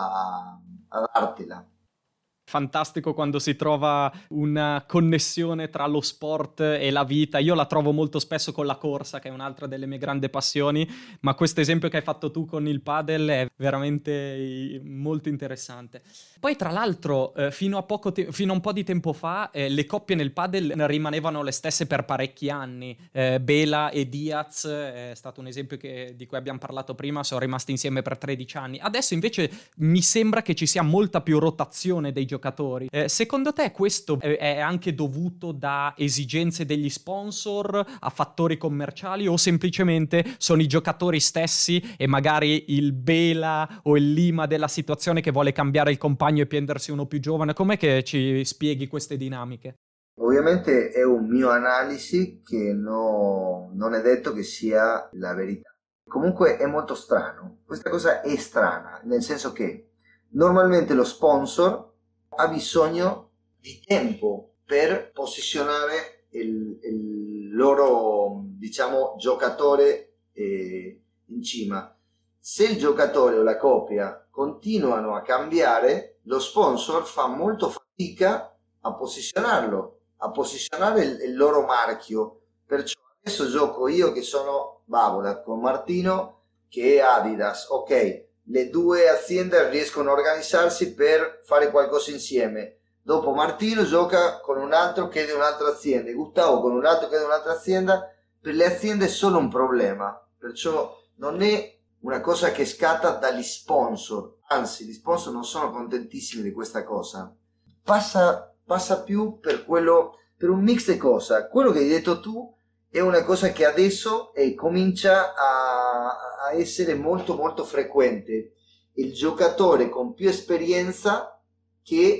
a, a dartela. Fantastico quando si trova una connessione tra lo sport e la vita. Io la trovo molto spesso con la corsa, che è un'altra delle mie grandi passioni, ma questo esempio che hai fatto tu con il padel è veramente molto interessante. Poi tra l'altro eh, fino a poco te- fino a un po' di tempo fa eh, le coppie nel padel rimanevano le stesse per parecchi anni. eh, Bela e Diaz è stato un esempio che, di cui abbiamo parlato prima, sono rimasti insieme per tredici anni. Adesso invece mi sembra che ci sia molta più rotazione dei giocatori. Eh, secondo te questo è, è anche dovuto da esigenze degli sponsor, a fattori commerciali, o semplicemente sono i giocatori stessi e magari il Bela o il Lima della situazione che vuole cambiare il compagno e prendersi uno più giovane? Com'è che ci spieghi queste dinamiche? Ovviamente è un mio analisi che no, non è detto che sia la verità. Comunque è molto strano. Questa cosa è strana, nel senso che normalmente lo sponsor ha bisogno di tempo per posizionare il, il loro, diciamo, giocatore eh, in cima. Se il giocatore o la coppia continuano a cambiare, lo sponsor fa molto fatica a posizionarlo, a posizionare il, il loro marchio. Perciò adesso gioco io che sono Bavola con Martino che è Adidas, ok, le due aziende riescono a organizzarsi per fare qualcosa insieme. Dopo Martino gioca con un altro che è di un'altra azienda, Gustavo con un altro che è di un'altra azienda. Per le aziende è solo un problema, perciò non è una cosa che scatta dagli sponsor, anzi gli sponsor non sono contentissimi di questa cosa. Passa, passa più per quello, per un mix di cose. Quello che hai detto tu è una cosa che adesso eh, comincia a, a essere molto molto frequente. Il giocatore con più esperienza che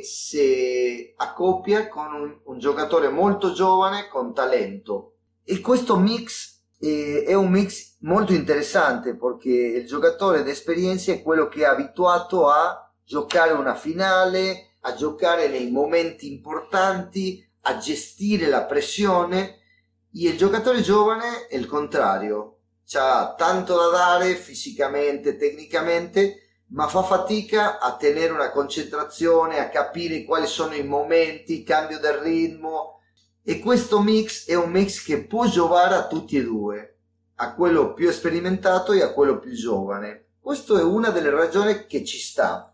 si accoppia con un, un giocatore molto giovane con talento. E questo mix eh, è un mix molto interessante perché il giocatore d'esperienza è quello che è abituato a giocare una finale, a giocare nei momenti importanti, a gestire la pressione. E il giocatore giovane è il contrario, c'ha tanto da dare fisicamente, tecnicamente, ma fa fatica a tenere una concentrazione, a capire quali sono i momenti, il cambio del ritmo. E questo mix è un mix che può giovare a tutti e due, a quello più sperimentato e a quello più giovane. Questa è una delle ragioni che ci sta.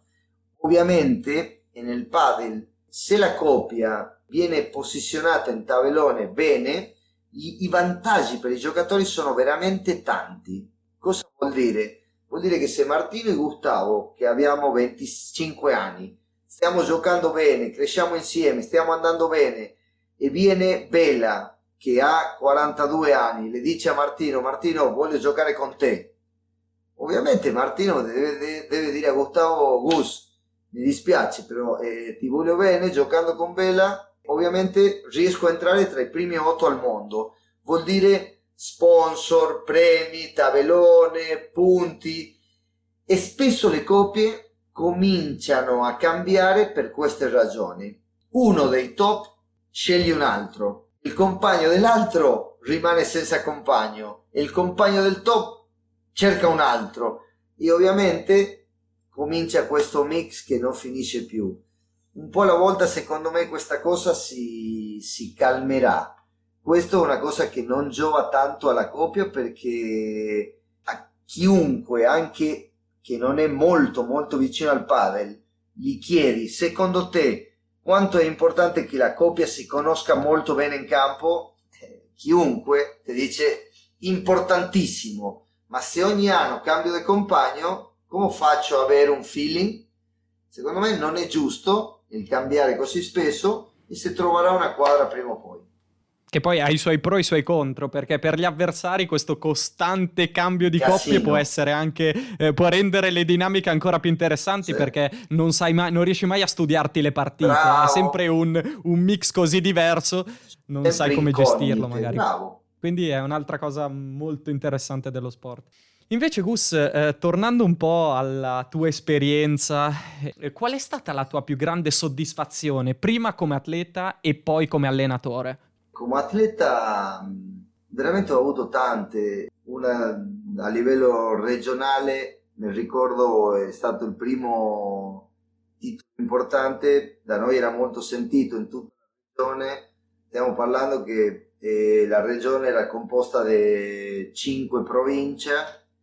Ovviamente nel padel, se la coppia viene posizionata in tabellone bene, i, i vantaggi per i giocatori sono veramente tanti. Cosa vuol dire? Vuol dire che se Martino e Gustavo, che abbiamo venticinque anni, stiamo giocando bene, cresciamo insieme, stiamo andando bene, e viene Bela che ha quarantadue anni, le dice a Martino: Martino, voglio giocare con te. Ovviamente Martino deve, deve dire a Gustavo: Gus, mi dispiace, però eh, ti voglio bene, giocando con Bela ovviamente riesco a entrare tra i primi otto al mondo. Vuol dire sponsor, premi, tabellone, punti. E spesso le coppie cominciano a cambiare per queste ragioni. Uno dei top sceglie un altro, il compagno dell'altro rimane senza compagno e il compagno del top cerca un altro, e ovviamente comincia questo mix che non finisce più. Un po' alla volta, secondo me, questa cosa si, si calmerà. Questo è una cosa che non giova tanto alla coppia, perché a chiunque, anche che non è molto molto vicino al padel, gli chiedi secondo te quanto è importante che la coppia si conosca molto bene in campo, eh, chiunque ti dice importantissimo, ma se ogni anno cambio di compagno, come faccio ad avere un feeling? Secondo me non è giusto il cambiare così spesso e si troverà una quadra prima o poi. Che poi ha i suoi pro e i suoi contro, perché per gli avversari questo costante cambio di Casino. coppie può essere anche eh, può rendere le dinamiche ancora più interessanti, Sì. Perché non sai mai, non riesci mai a studiarti le partite. Bravo. È sempre un, un mix così diverso, non Sempre sai come incognite. gestirlo magari. Bravo. Quindi è un'altra cosa molto interessante dello sport. Invece Gus, eh, tornando un po' alla tua esperienza, eh, qual è stata la tua più grande soddisfazione, prima come atleta e poi come allenatore? Come atleta veramente ho avuto tante. Una a livello regionale, mi ricordo, è stato il primo titolo importante, da noi era molto sentito in tutta la regione. Stiamo parlando che eh, la regione era composta da cinque province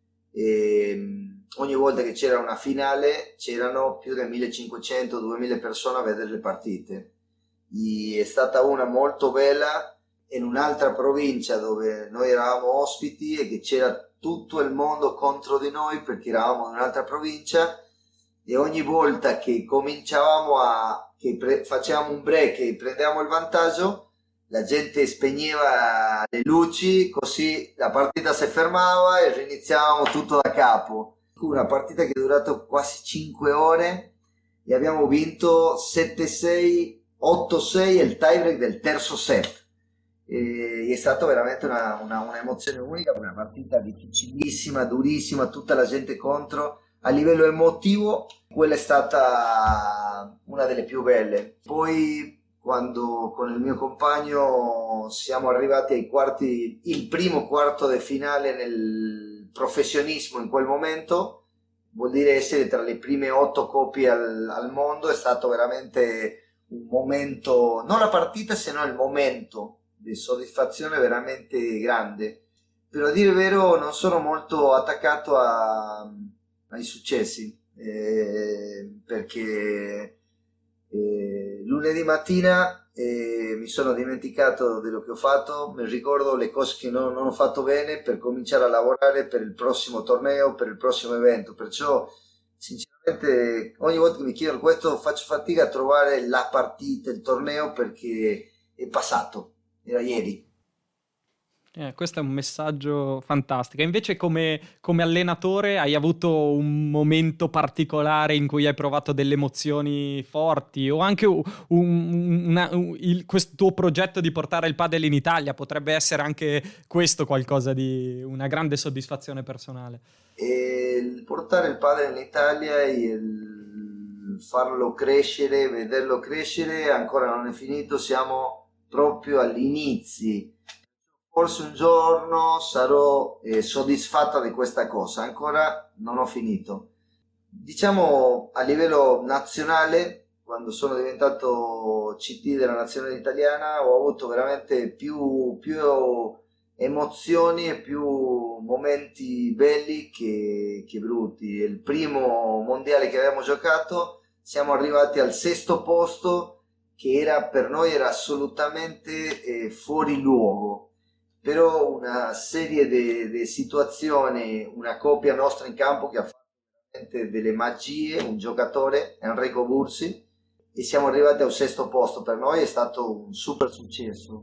e ogni volta che c'era una finale c'erano più di millecinquecento duemila persone a vedere le partite. E è stata una molto bella in un'altra provincia dove noi eravamo ospiti e che c'era tutto il mondo contro di noi perché eravamo in un'altra provincia, e ogni volta che cominciavamo a che pre- facevamo un break e prendevamo il vantaggio, la gente spegneva le luci, così la partita si fermava e riniziavamo tutto da capo. Una partita che è durata quasi cinque ore e abbiamo vinto sette sei, otto sei e il tiebreak del terzo set. E è stata veramente una, una, una emozione unica, una partita difficilissima, durissima, tutta la gente contro. A livello emotivo quella è stata una delle più belle. Poi quando con il mio compagno siamo arrivati ai quarti, il primo quarto di finale nel professionismo in quel momento, vuol dire essere tra le prime otto coppie al, al mondo, è stato veramente un momento, non la partita, se no il momento di soddisfazione veramente grande. Per a dire il vero non sono molto attaccato a, ai successi, eh, perché eh, lunedì mattina eh, mi sono dimenticato di quello che ho fatto, mi ricordo le cose che non, non ho fatto bene per cominciare a lavorare per il prossimo torneo, per il prossimo evento. Perciò sinceramente ogni volta che mi chiedono questo faccio fatica a trovare la partita, il torneo, perché è passato, era ieri. Eh, questo è un messaggio fantastico. Invece come, come allenatore hai avuto un momento particolare in cui hai provato delle emozioni forti, o anche un, una, un, il, questo tuo progetto di portare il padel in Italia potrebbe essere anche questo qualcosa di una grande soddisfazione personale. E il portare il padel in Italia e il farlo crescere, vederlo crescere ancora non è finito, siamo proprio agli inizi. Forse un giorno sarò eh, soddisfatto di questa cosa, ancora non ho finito. Diciamo a livello nazionale, quando sono diventato C T della nazionale italiana, ho avuto veramente più, più emozioni e più momenti belli che, che brutti. Il primo mondiale che abbiamo giocato siamo arrivati al sesto posto, che era, per noi era assolutamente eh, fuori luogo. Però una serie di situazioni, una coppia nostra in campo che ha fatto veramente delle magie, un giocatore, Enrico Bursi, e siamo arrivati al sesto posto. Per noi è stato un super successo.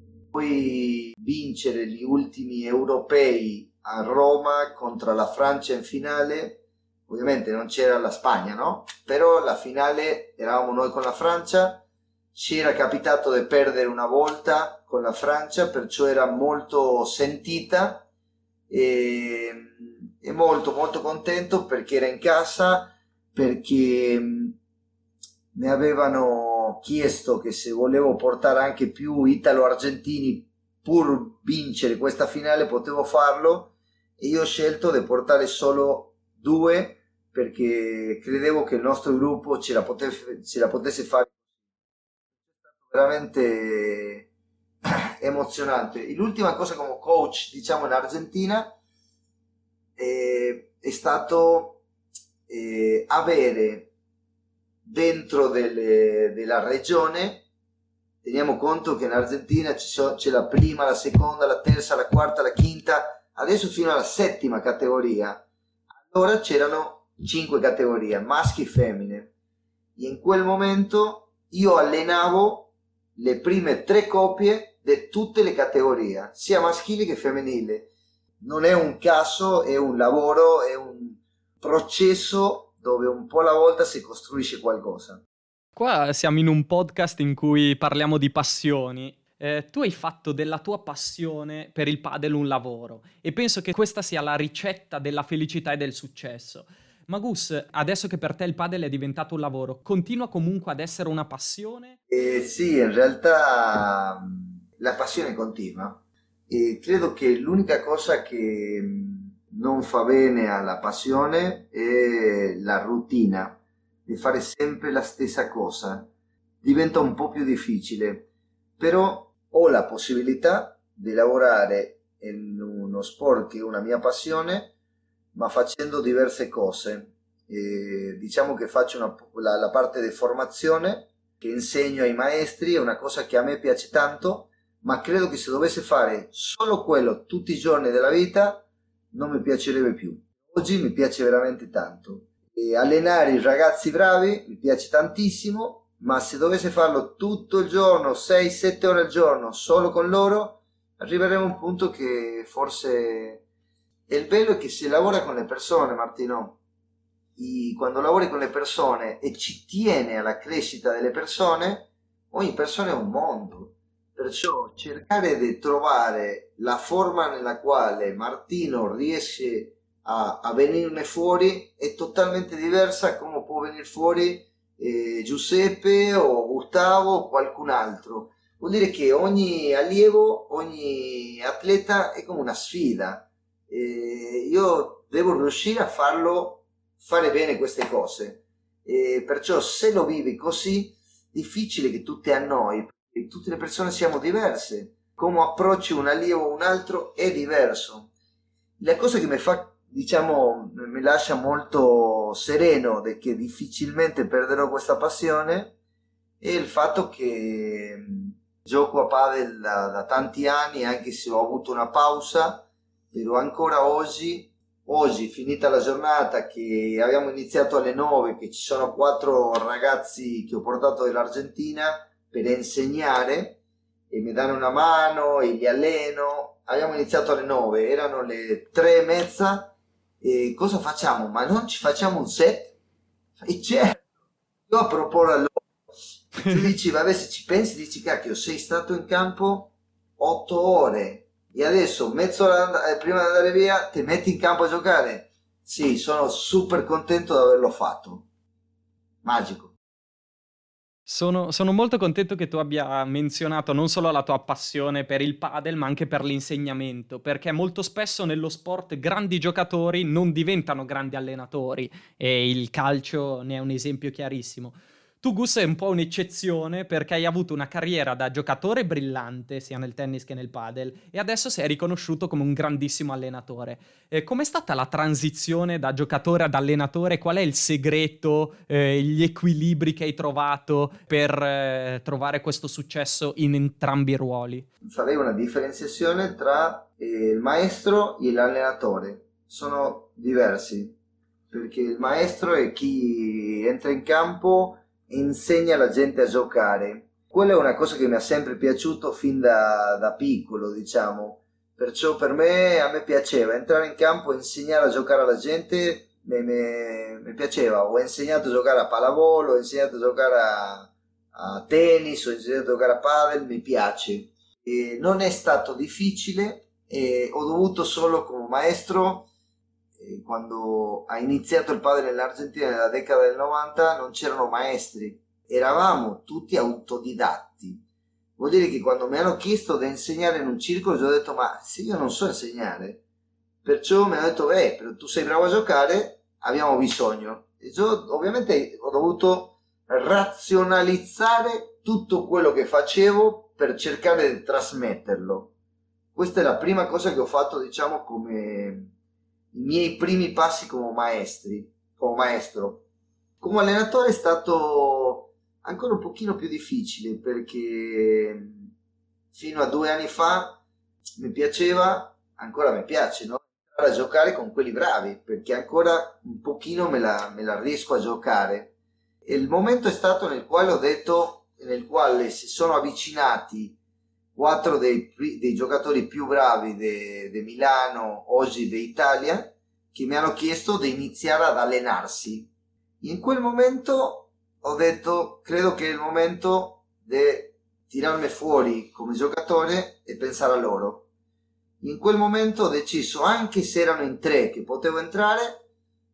Poi vincere gli ultimi europei a Roma contro la Francia in finale, ovviamente non c'era la Spagna, no? Però la finale eravamo noi con la Francia. Ci era capitato di perdere una volta con la Francia, perciò era molto sentita e, e molto molto contento perché era in casa, perché mi avevano chiesto che se volevo portare anche più italo-argentini pur vincere questa finale potevo farlo, e io ho scelto di portare solo due perché credevo che il nostro gruppo ce la potesse, ce la potesse fare. Veramente emozionante. L'ultima cosa come coach, diciamo, in Argentina eh, è stato eh, avere dentro delle, della regione. Teniamo conto che in Argentina ci so, c'è la prima, la seconda, la terza, la quarta, la quinta, adesso fino alla settima categoria. Allora c'erano cinque categorie, maschi e femmine. E in quel momento io allenavo le prime tre coppie di tutte le categorie, sia maschili che femminili. Non è un caso, è un lavoro, è un processo dove un po' alla volta si costruisce qualcosa. Qua siamo in un podcast in cui parliamo di passioni. Eh, tu hai fatto della tua passione per il padel un lavoro e penso che questa sia la ricetta della felicità e del successo. Ma Gus, adesso che per te il padel è diventato un lavoro, continua comunque ad essere una passione? Eh, sì, in realtà la passione continua e credo che l'unica cosa che non fa bene alla passione è la routine, di fare sempre la stessa cosa. Diventa un po' più difficile, però ho la possibilità di lavorare in uno sport che è una mia passione, ma facendo diverse cose. E diciamo che faccio una, la, la parte di formazione, che insegno ai maestri, è una cosa che a me piace tanto, ma credo che se dovessi fare solo quello tutti i giorni della vita non mi piacerebbe più. Oggi mi piace veramente tanto. E allenare i ragazzi bravi mi piace tantissimo, ma se dovessi farlo tutto il giorno, sei sette ore al giorno, solo con loro, arriveremo a un punto che forse... E il bello è che si lavora con le persone, Martino. E quando lavori con le persone e ci tiene alla crescita delle persone, ogni persona è un mondo. Perciò cercare di trovare la forma nella quale Martino riesce a, a venirne fuori è totalmente diversa come può venire fuori eh, Giuseppe o Gustavo o qualcun altro. Vuol dire che ogni allievo, ogni atleta è come una sfida. Eh, io devo riuscire a farlo fare bene queste cose. Eh, perciò se lo vivi così, difficile che tu ti annoi. Tutte le persone siamo diverse, come approcci un allievo o un altro è diverso. La cosa che mi fa, diciamo, mi lascia molto sereno di che difficilmente perderò questa passione è il fatto che gioco a padel da, da tanti anni, anche se ho avuto una pausa, però ancora oggi, oggi finita la giornata che abbiamo iniziato alle nove, che ci sono quattro ragazzi che ho portato dall'Argentina per insegnare e mi danno una mano e li alleno. Abbiamo iniziato alle nove, erano le tre e mezza e cosa facciamo? Ma non ci facciamo un set? E certo, io a proporre a loro. Tu dici, vabbè, se ci pensi dici, cacchio, sei stato in campo otto ore e adesso mezz'ora prima di andare via ti metti in campo a giocare? Sì, sono super contento di averlo fatto. Magico. Sono, sono molto contento che tu abbia menzionato non solo la tua passione per il padel, ma anche per l'insegnamento, perché molto spesso nello sport grandi giocatori non diventano grandi allenatori e il calcio ne è un esempio chiarissimo. Tu, Gus, sei un po' un'eccezione perché hai avuto una carriera da giocatore brillante sia nel tennis che nel padel e adesso sei riconosciuto come un grandissimo allenatore. Eh, com'è stata la transizione da giocatore ad allenatore? Qual è il segreto, eh, gli equilibri che hai trovato per eh, trovare questo successo in entrambi i ruoli? Farei una differenziazione tra eh, il maestro e l'allenatore. Sono diversi, perché il maestro è chi entra in campo insegna alla gente a giocare. Quella è una cosa che mi ha sempre piaciuto fin da, da piccolo, diciamo. Perciò per me, a me piaceva entrare in campo e insegnare a giocare alla gente, mi, mi, mi piaceva. Ho insegnato a giocare a pallavolo, ho insegnato a giocare a, a tennis, ho insegnato a giocare a padel, mi piace. E non è stato difficile, e ho dovuto solo come maestro. Quando ha iniziato il padel nell'Argentina nella decada del novanta non c'erano maestri, eravamo tutti autodidatti. Vuol dire che quando mi hanno chiesto di insegnare in un circolo, io ho detto, ma se io non so insegnare, perciò mi hanno detto, eh, però tu sei bravo a giocare, abbiamo bisogno. E io ovviamente ho dovuto razionalizzare tutto quello che facevo per cercare di trasmetterlo. Questa è la prima cosa che ho fatto, diciamo, come i miei primi passi come maestri, come maestro. Come allenatore è stato ancora un pochino più difficile, perché fino a due anni fa mi piaceva, ancora mi piace, no? A giocare con quelli bravi, perché ancora un pochino me la, me la riesco a giocare. E il momento è stato nel quale ho detto, nel quale si sono avvicinati quattro dei, dei giocatori più bravi di Milano, oggi d'Italia, che mi hanno chiesto di iniziare ad allenarsi. In quel momento ho detto, credo che è il momento di tirarmi fuori come giocatore e pensare a loro. In quel momento ho deciso, anche se erano in tre che potevo entrare,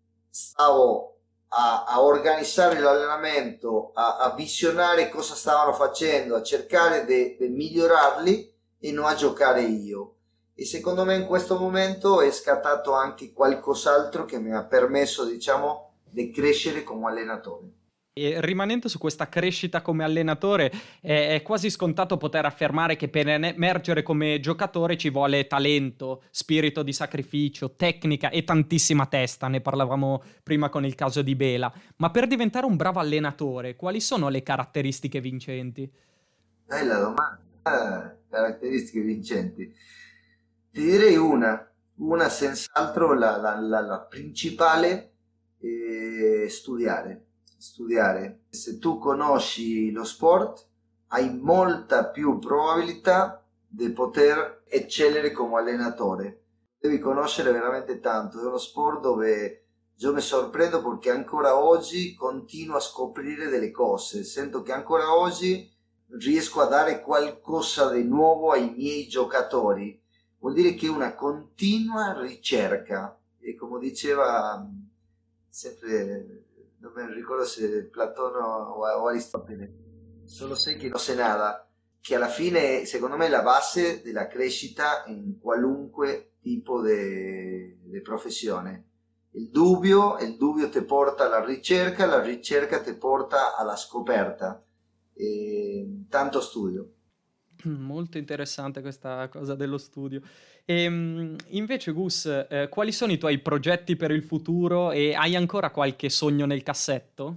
stavo a, a organizzare l'allenamento, a, a visionare cosa stavano facendo, a cercare di migliorarli e non a giocare io. E secondo me in questo momento è scattato anche qualcos'altro che mi ha permesso, diciamo, di crescere come allenatore. E rimanendo su questa crescita come allenatore, è, è quasi scontato poter affermare che per emergere come giocatore ci vuole talento, spirito di sacrificio, tecnica e tantissima testa. Ne parlavamo prima con il caso di Bela. Ma per diventare un bravo allenatore, quali sono le caratteristiche vincenti? Bella domanda. Ah, caratteristiche vincenti. Ti direi una, una senz'altro la, la, la, la principale è studiare. Studiare. Se tu conosci lo sport, hai molta più probabilità di poter eccellere come allenatore. Devi conoscere veramente tanto. È uno sport dove io mi sorprendo perché ancora oggi continuo a scoprire delle cose. Sento che ancora oggi riesco a dare qualcosa di nuovo ai miei giocatori. Vuol dire che è una continua ricerca. E come diceva sempre, non me ricordo se Platone o Aristotele, solo sé che non sé nada, che alla fine secondo me è la base della crescita in qualunque tipo di professione. Il dubbio, il dubbio ti porta alla ricerca, la ricerca ti porta alla scoperta. E tanto studio. Molto interessante questa cosa dello studio. E, invece Gus, eh, quali sono i tuoi progetti per il futuro e hai ancora qualche sogno nel cassetto?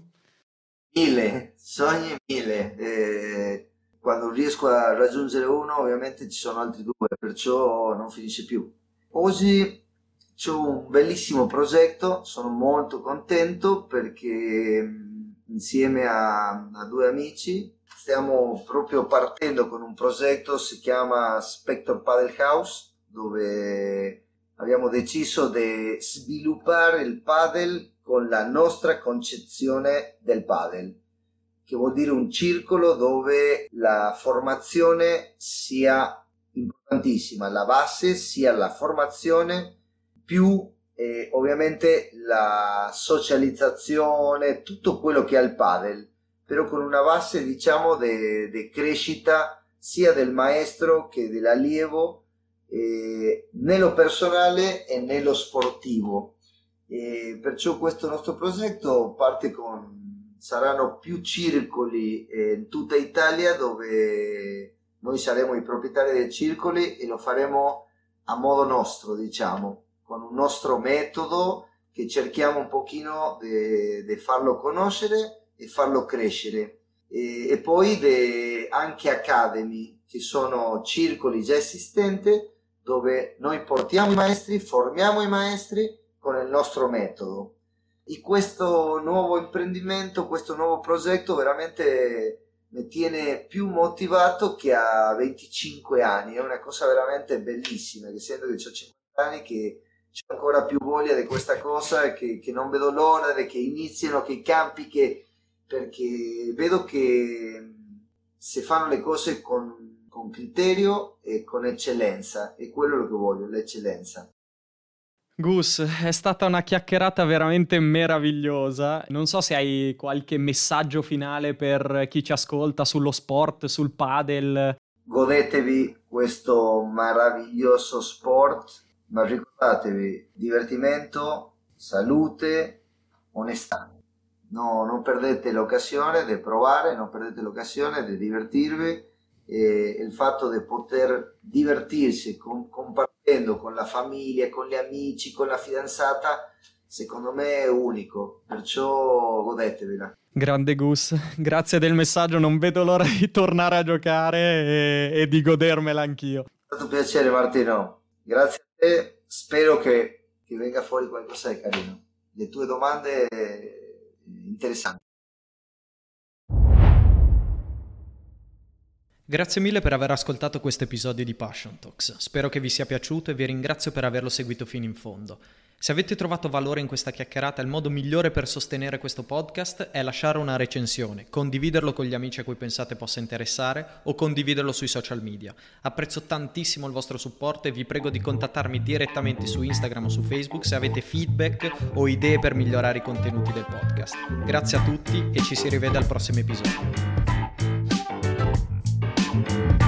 Mille, sogni mille. Eh, quando riesco a raggiungere uno, ovviamente ci sono altri due, perciò non finisce più. Oggi ho un bellissimo progetto, sono molto contento perché mh, insieme a, a due amici stiamo proprio partendo con un progetto, si chiama Spector Padel House, dove abbiamo deciso di sviluppare il padel con la nostra concezione del padel, che vuol dire un circolo dove la formazione sia importantissima, la base sia la formazione più eh, ovviamente la socializzazione, tutto quello che ha il padel, però con una base diciamo di crescita sia del maestro che dell'allievo eh, nello personale e nello sportivo. E perciò questo nostro progetto parte con, saranno più circoli eh, in tutta Italia dove noi saremo i proprietari dei circoli e lo faremo a modo nostro, diciamo, con un nostro metodo che cerchiamo un pochino di farlo conoscere e farlo crescere. E, e poi de, anche academy, che sono circoli già esistenti dove noi portiamo i maestri, formiamo i maestri con il nostro metodo. E questo nuovo imprendimento, questo nuovo progetto veramente mi tiene più motivato che a venticinque anni. È una cosa veramente bellissima, che sento che ho cinquanta anni, che ho ancora più voglia di questa cosa, che, che non vedo l'ora di che inizino, che i campi, che, perché vedo che se fanno le cose con, con criterio e con eccellenza, è quello che voglio, l'eccellenza. Gus, è stata una chiacchierata veramente meravigliosa. Non so se hai qualche messaggio finale per chi ci ascolta sullo sport, sul padel. Godetevi questo meraviglioso sport, ma ricordatevi, divertimento, salute, onestà. No, non perdete l'occasione di provare, non perdete l'occasione di divertirvi e il fatto di poter divertirsi con, compartendo con la famiglia, con gli amici, con la fidanzata, secondo me è unico, perciò godetevela. Grande Gus, grazie del messaggio, non vedo l'ora di tornare a giocare e, e di godermela anch'io. È stato un piacere Martino, grazie a te, spero che, che venga fuori qualcosa di carino. Le tue domande interessanti. Grazie mille per aver ascoltato questo episodio di Passion Talks, spero che vi sia piaciuto e vi ringrazio per averlo seguito fino in fondo. Se avete trovato valore in questa chiacchierata, il modo migliore per sostenere questo podcast è lasciare una recensione, condividerlo con gli amici a cui pensate possa interessare o condividerlo sui social media. Apprezzo tantissimo il vostro supporto e vi prego di contattarmi direttamente su Instagram o su Facebook se avete feedback o idee per migliorare i contenuti del podcast. Grazie a tutti e ci si rivede al prossimo episodio.